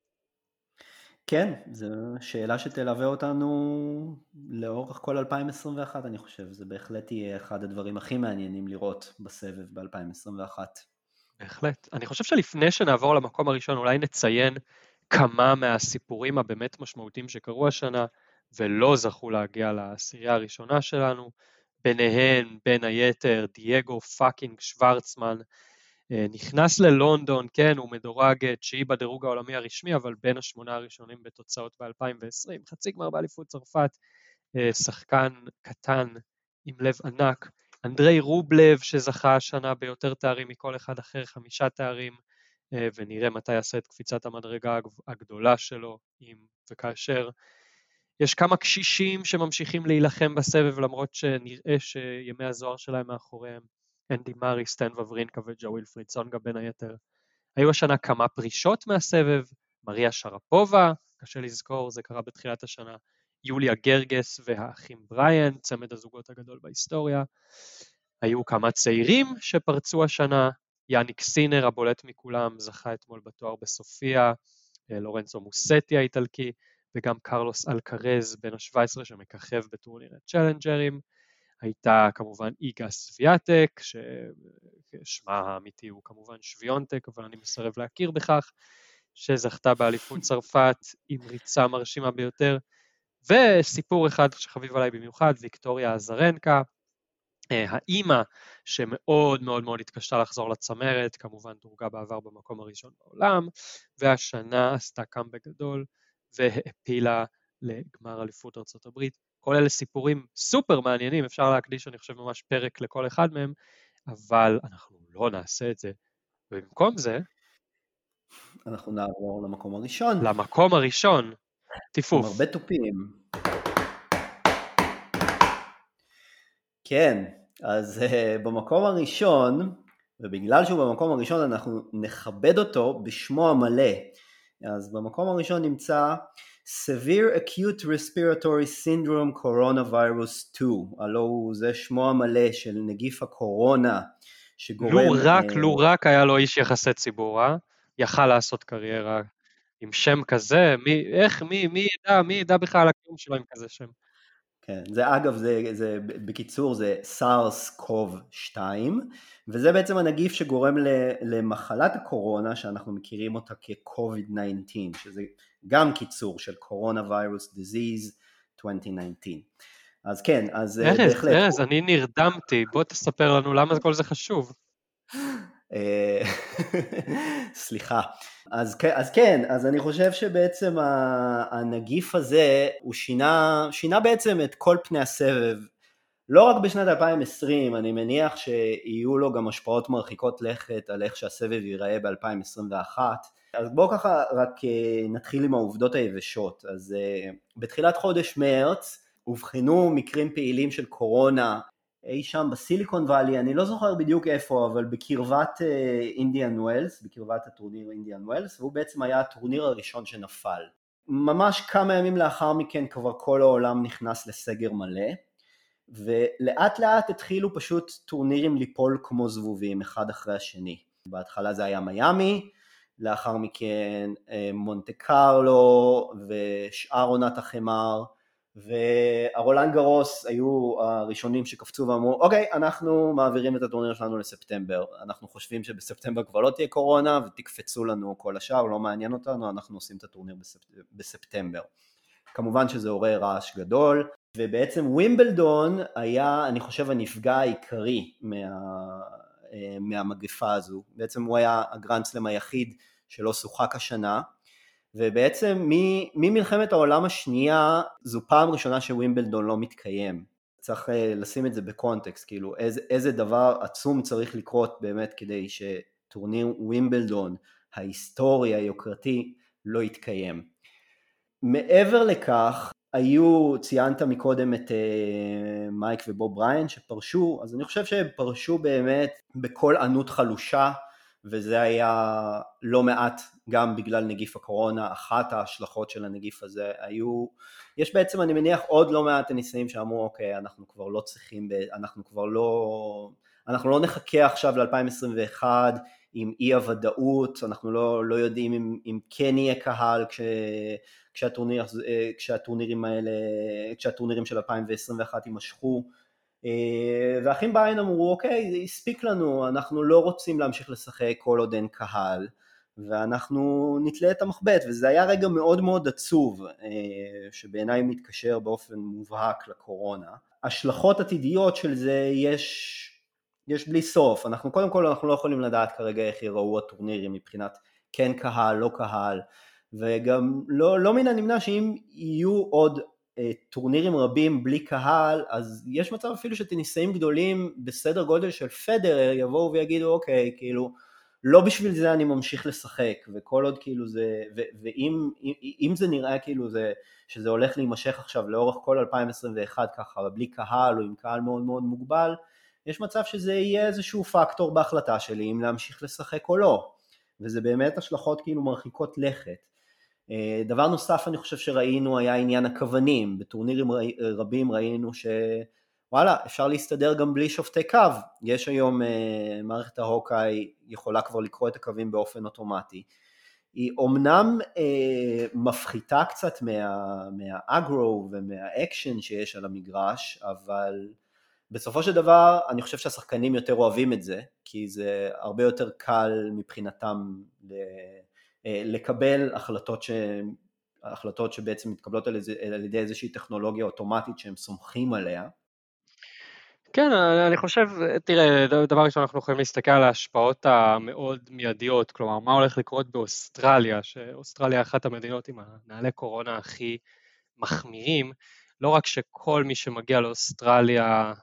כן, זו שאלה שתלווה אותנו לאורך כל אלפיים עשרים ואחת, אני חושב. זה בהחלט יהיה אחד הדברים הכי מעניינים לראות בסבב ב-אלפיים עשרים ואחת. בהחלט. אני חושב שלפני שנעבור למקום הראשון, אולי נציין כמה מהסיפורים הבאמת משמעותיים שקרו השנה, ולא זכו להגיע לעשירייה הראשונה שלנו, ביניהן, בין היתר, דייגו פאקינג שוורצמן, נכנס ללונדון, כן, הוא מדורג תשיעי בדירוג העולמי הרשמי, אבל בין השמונה הראשונים בתוצאות ב-אלפיים ועשרים, חצי גמר באליפות צרפת, שחקן קטן עם לב ענק, אנדרי רובלב שזכה השנה ביותר תארים מכל אחד אחר, חמישה תארים, ונראה מתי יעשה את קפיצת המדרגה הגדולה שלו, אם וכאשר. יש כמה קשישים שממשיכים להילחם בסבב, למרות שנראה שימי הזוהר שלהם מאחוריהם, אנדי מארי, סטן וברינקה וג'ו וילפריד סונגה בין היתר. היו השנה כמה פרישות מהסבב, מריה שרפובה, קשה לזכור, זה קרה בתחילת השנה, יוליה גרגס והאחים בריין, צמד הזוגות הגדול בהיסטוריה. היו כמה צעירים שפרצו השנה, יאניק סינר הבולט מכולם, זכה אתמול בתואר בסופיה, לורנצו מוסטי האיטלקי, וגם קרלוס אלקרז בן ה-שבע עשרה שמככב בטורניר הצ'לנג'רים. הייתה כמובן איגה סוויאטק, ששמה האמיתי הוא כמובן שוויונטק, אבל אני מסרב להכיר בכך, שזכתה באליפות צרפת עם ריצה מרשימה ביותר, וסיפור אחד שחביב עליי במיוחד, ויקטוריה אזרנקה, האימא שמאוד מאוד מאוד התקשתה לחזור לצמרת, כמובן דורגה בעבר במקום הראשון בעולם, והשנה עשתה קאמבק גדול, והפילה לגמר אליפות ארצות הברית. כל אלה סיפורים סופר מעניינים, אפשר להקדיש, אני חושב, ממש פרק לכל אחד מהם, אבל אנחנו לא נעשה את זה. ובמקום זה, אנחנו נעבור למקום הראשון. למקום הראשון, טיפוף. עם הרבה טופים. כן, אז uh, במקום הראשון, ובגלל שהוא במקום הראשון אנחנו נכבד אותו בשמו המלא. אז במקום הראשון נמצא Severe Acute Respiratory Syndrome Coronavirus שתיים, הלוא זה שמו המלא של נגיף הקורונה, שגורם... לו רק, uh... לו רק היה לו איש יחסי ציבור, אה? יכל לעשות קריירה עם שם כזה, מי, איך, מי, מי ידע, מי ידע בכלל על הקיום שלו עם כזה שם? כן, זה אגב, זה, זה, בקיצור זה סארס קוב שתיים, וזה בעצם הנגיף שגורם למחלת הקורונה, שאנחנו מכירים אותה כ-קוביד תשע עשרה, שזה גם קיצור של קורונה וירוס דיזיז עשרים תשע עשרה. אז כן, אז ארז, בהחלט... ארז, אני נרדמתי, בוא תספר לנו למה כל זה חשוב. סליחה. אז, אז כן, אז אני חושב שבעצם הנגיף הזה הוא שינה, שינה בעצם את כל פני הסבב, לא רק בשנת אלפיים עשרים, אני מניח שיהיו לו גם השפעות מרחיקות לכת על איך שהסבב ייראה ב-אלפיים עשרים ואחת. אז בואו ככה רק נתחיל עם העובדות היבשות. אז בתחילת חודש מרץ הובחנו מקרים פעילים של קורונה, אי שם בסיליקון ואלי, אני לא זוכר בדיוק איפה, אבל בקרבת אינדיאן ווילס, בקרבת הטורניר אינדיאן ווילס, והוא בעצם היה הטורניר הראשון שנפל. ממש כמה ימים לאחר מכן כבר כל העולם נכנס לסגר מלא, ולאט לאט התחילו פשוט טורנירים ליפול כמו זבובים, אחד אחרי השני. בהתחלה זה היה מיאמי, לאחר מכן מונטה קרלו ושאר עונת החמר, והרולנד גרוס היו הראשונים שקפצו ואמרו, אוקיי, אנחנו מעבירים את הטורניר שלנו לספטמבר, אנחנו חושבים שבספטמבר כבר לא תהיה קורונה, ותקפצו לנו כל השאר, לא מעניין אותנו, אנחנו עושים את הטורניר בספט... בספטמבר. כמובן שזה עורר רעש גדול, ובעצם ווימבלדון היה, אני חושב, הנפגע העיקרי מה... מהמגפה הזו, בעצם הוא היה הגרנד סלאם היחיד שלא שוחק השנה, ובעצם ממלחמת העולם השנייה זו פעם ראשונה שווימבלדון לא מתקיים. צריך לשים את זה בקונטקסט, כאילו איזה, איזה דבר עצום צריך לקרות באמת כדי שטורניר ווימבלדון ההיסטורי היוקרתי לא יתקיים. מעבר לכך, היו, ציינת מקודם את מייק ובוב בריין שפרשו, אז אני חושב שהם פרשו באמת בכל ענות חלושה, וזה היה לא מעט גם בגלל נגיף הקורונה. אחת ההשלכות של הנגיף הזה היו, יש בעצם אני מניח עוד לא מעט טניסאים שאמרו אוקיי, אנחנו כבר לא צריכים, אנחנו כבר לא, אנחנו לא נחכה עכשיו ל-אלפיים עשרים ואחת עם אי הוודאות, אנחנו לא, לא יודעים אם, אם כן יהיה קהל כש, כשהטורניר, כשהטורנירים האלה, כשהטורנירים של אלפיים עשרים ואחת יימשכו, ואחים בעין אמרו אוקיי, זה הספיק לנו, אנחנו לא רוצים להמשיך לשחק כל עוד אין קהל, ואנחנו נתלה את המחבט, וזה היה רגע מאוד מאוד עצוב, שבעיניי מתקשר באופן מובהק לקורונה. השלכות עתידיות של זה יש, יש בלי סוף. אנחנו קודם כל אנחנו לא יכולים לדעת כרגע איך יראו הטורנירים מבחינת כן קהל, לא קהל, וגם לא, לא מן הנמנע שאם יהיו עוד טורנירים רבים בלי קהל, אז יש מצב אפילו שטניסאים גדולים בסדר גודל של פדרר יבואו ויגידו אוקיי, כאילו לא בשביל זה אני ממשיך לשחק, וכל עוד כאילו זה, ו, ואם אם זה נראה כאילו זה, שזה הולך להימשך עכשיו לאורך כל אלפיים עשרים ואחת ככה, בלי קהל או עם קהל מאוד מאוד מוגבל, יש מצב שזה יהיה איזשהו פקטור בהחלטה שלי אם להמשיך לשחק או לא, וזה באמת השלכות כאילו מרחיקות לכת. דבר נוסף אני חושב שראינו היה עניין הכוונים, בטורנירים רבים ראינו שוואלה אפשר להסתדר גם בלי שופטי קו, יש היום מערכת ההוקאי יכולה כבר לקרוא את הקווים באופן אוטומטי, היא אומנם מפחיתה קצת מה, מהאגרו ומהאקשן שיש על המגרש, אבל בסופו של דבר אני חושב שהשחקנים יותר אוהבים את זה, כי זה הרבה יותר קל מבחינתם לקבל החלטות, ש... החלטות שבעצם מתקבלות על, איזה, על ידי איזושהי טכנולוגיה אוטומטית שהם סומכים עליה. כן, אני חושב, תראה, דבר ראשון אנחנו יכולים להסתכל על ההשפעות המאוד מיידיות, כלומר, מה הולך לקרות באוסטרליה, שאוסטרליה אחת המדינות עם הנהלי קורונה הכי מחמירים, לא רק שכל מי שמגיע לאוסטרליה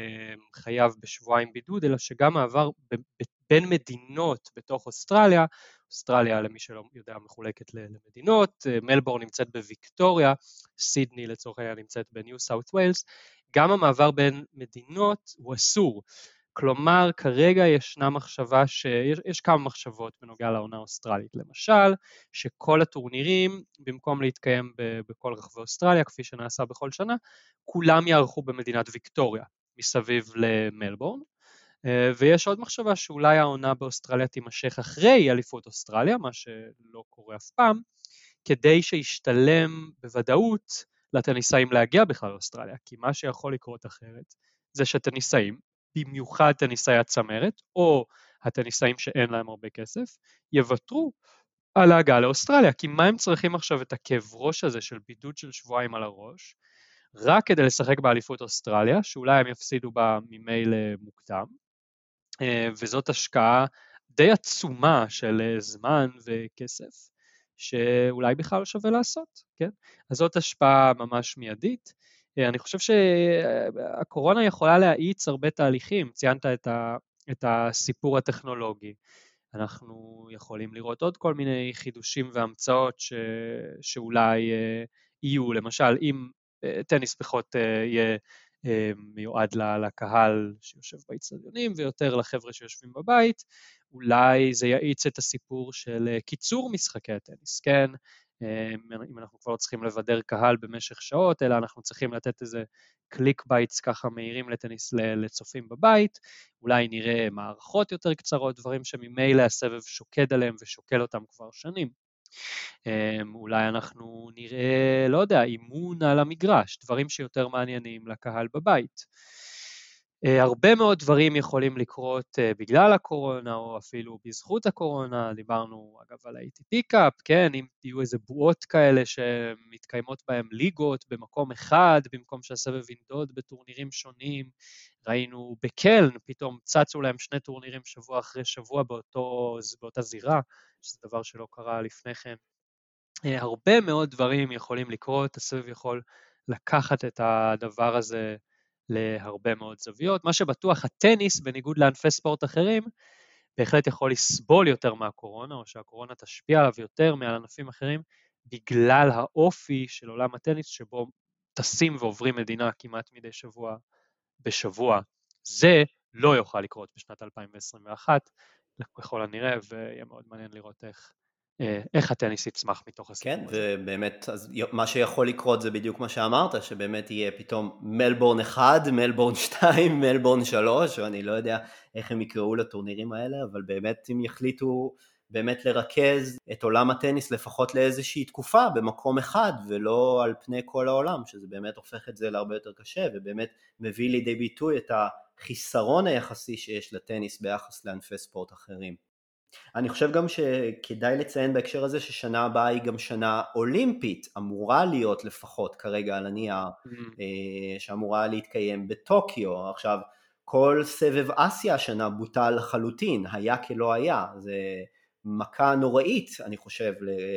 חייב בשבועיים בידוד, אלא שגם מעבר בין מדינות בתוך אוסטרליה, אוסטרליה למי שלא יודע מחולקת למדינות, מלבורן נמצאת בוויקטוריה, סידני לצורך העניין נמצאת בניו סאות' ווילס, גם המעבר בין מדינות הוא אסור, כלומר כרגע ישנה מחשבה, שיש, יש כמה מחשבות בנוגע לעונה האוסטרלית, למשל שכל הטורנירים במקום להתקיים בכל רחבי אוסטרליה כפי שנעשה בכל שנה, כולם יערכו במדינת ויקטוריה מסביב למלבורן, ויש עוד מחשבה שאולי העונה באוסטרליה תימשך אחרי אליפות אוסטרליה, מה שלא קורה אף פעם, כדי שישתלם בוודאות לטניסאים להגיע בכלל לאוסטרליה, כי מה שיכול לקרות אחרת זה שטניסאים, במיוחד טניסאי הצמרת, או הטניסאים שאין להם הרבה כסף, יוותרו על ההגעה לאוסטרליה, כי מה הם צריכים עכשיו את הכאב ראש הזה של בידוד של שבועיים על הראש, רק כדי לשחק באליפות אוסטרליה, שאולי הם יפסידו בה ממייל מוקדם, וזאת השקעה די עצומה של זמן וכסף, שאולי בכלל לא שווה לעשות, כן? אז זאת השפעה ממש מיידית. אני חושב שהקורונה יכולה להאיץ הרבה תהליכים, ציינת את, ה, את הסיפור הטכנולוגי, אנחנו יכולים לראות עוד כל מיני חידושים והמצאות ש, שאולי יהיו, למשל אם טניס פחות יהיה מיועד לקהל שיושב באצטדיונים ויותר לחבר'ה שיושבים בבית, אולי זה יאיץ את הסיפור של קיצור משחקי הטניס, כן? אם אנחנו כבר לא צריכים לבדר קהל במשך שעות, אלא אנחנו צריכים לתת איזה קליק בייטס ככה מהירים לטניס לצופים בבית, אולי נראה מערכות יותר קצרות, דברים שממילא הסבב שוקד עליהם ושוקל אותם כבר שנים. אולי אנחנו נראה, לא יודע, אימון על המגרש, דברים שיותר מעניינים לקהל בבית. הרבה מאוד דברים יכולים לקרות בגלל הקורונה, או אפילו בזכות הקורונה, דיברנו אגב על ה-איי טי פי קאפ, כן, אם תהיו איזה בועות כאלה שמתקיימות בהם ליגות במקום אחד, במקום שהסבב ינדוד בטורנירים שונים, ראינו בקלן, פתאום צצו להם שני טורנירים שבוע אחרי שבוע באותו, באותה זירה, שזה דבר שלא קרה לפני כן. הרבה מאוד דברים יכולים לקרות, הסבב יכול לקחת את הדבר הזה להרבה מאוד זוויות. מה שבטוח, הטניס, בניגוד לענפי ספורט אחרים, בהחלט יכול לסבול יותר מהקורונה, או שהקורונה תשפיע עליו יותר מעל ענפים אחרים, בגלל האופי של עולם הטניס, שבו טסים ועוברים מדינה כמעט מדי שבוע בשבוע. זה לא יוכל לקרות בשנת אלפיים עשרים ואחת, ככל הנראה, ויהיה מאוד מעניין לראות איך, איך הטניס יצמח מתוך הסיפור כן, הזה. ובאמת, אז מה שיכול לקרות זה בדיוק מה שאמרת, שבאמת יהיה פתאום מלבורן אחד, מלבורן שתיים, מלבורן שלוש, ואני לא יודע איך הם יקראו לטורנירים האלה, אבל באמת אם יחליטו באמת לרכז את עולם הטניס לפחות לאיזושהי תקופה במקום אחד, ולא על פני כל העולם, שזה באמת הופך את זה להרבה יותר קשה, ובאמת מביא לידי ביטוי את החיסרון היחסי שיש לטניס ביחס לענפי ספורט אחרים. אני חושב גם שכדאי לציין בהקשר הזה ששנה הבאה היא גם שנה אולימפית, אמורה להיות לפחות כרגע על הנייר, שאמורה להתקיים בטוקיו. עכשיו, כל סבב אסיה השנה בוטל לחלוטין, היה כלא היה, זה מכה נוראית אני חושב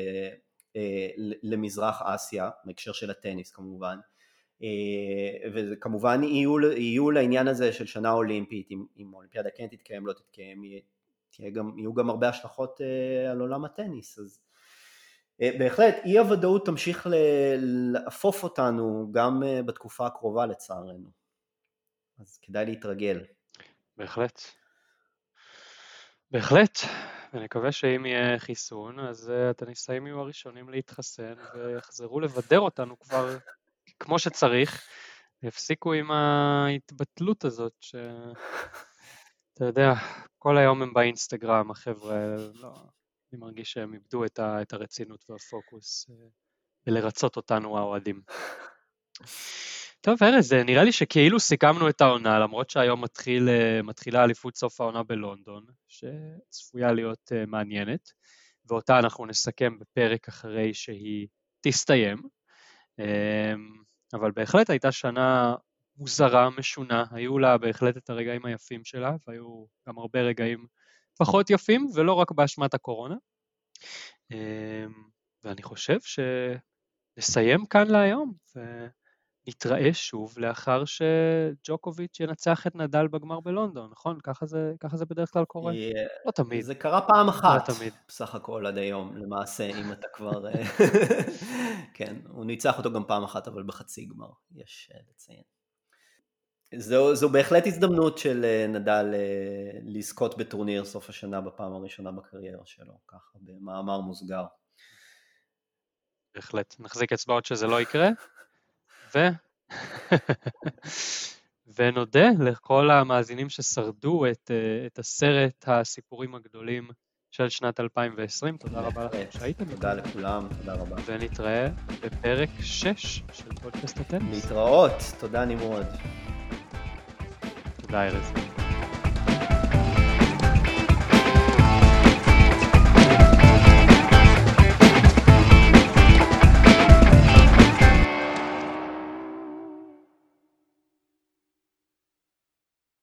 למזרח אסיה, בהקשר של הטניס כמובן, וכמובן יהיו, יהיו לעניין הזה של שנה אולימפית, אם, אם אולימפיאדה כן תתקיים, לא תתקיים, תהיה גם, יהיו גם הרבה השלכות uh, על עולם הטניס, אז uh, בהחלט אי הוודאות תמשיך לאפוף אותנו גם uh, בתקופה הקרובה לצערנו, אז כדאי להתרגל. בהחלט. בהחלט, ונקווה שאם יהיה חיסון, אז uh, הטניסאים יהיו הראשונים להתחסן, ויחזרו לבדר אותנו כבר כמו שצריך, יפסיקו עם ההתבטלות הזאת, ש... אתה יודע, כל היום הם באינסטגרם, החבר'ה, לא, אני מרגיש שהם איבדו את, ה, את הרצינות והפוקוס, ולרצות אותנו האוהדים. טוב, ארז, נראה לי שכאילו סיכמנו את העונה, למרות שהיום מתחיל, מתחילה אליפות סוף העונה בלונדון, שצפויה להיות מעניינת, ואותה אנחנו נסכם בפרק אחרי שהיא תסתיים, אבל בהחלט הייתה שנה מוזרה, משונה, היו לה בהחלט את הרגעים היפים שלה, והיו גם הרבה רגעים פחות יפים, ולא רק באשמת הקורונה. ואני חושב שנסיים כאן להיום, ונתראה שוב לאחר שג'וקוביץ' ינצח את נדל בגמר בלונדון, נכון? ככה זה, ככה זה בדרך כלל קורה? לא תמיד. זה קרה פעם אחת, לא תמיד. בסך הכל עד היום, למעשה, אם אתה כבר... כן, הוא ניצח אותו גם פעם אחת, אבל בחצי גמר, יש לציין. זו, זו בהחלט הזדמנות של נדל לזכות בטורניר סוף השנה בפעם הראשונה בקריירה שלו, ככה במאמר מוסגר. בהחלט, נחזיק אצבעות שזה לא יקרה, ו... ונודה לכל המאזינים ששרדו את, את הסרט הסיפורים הגדולים של שנת אלפיים ועשרים, תודה רבה לכם שהייתם. תודה לכולם, תודה רבה. ונתראה בפרק שש של פודקאסט הטניס. להתראות, תודה נמרוד. תודה ארז.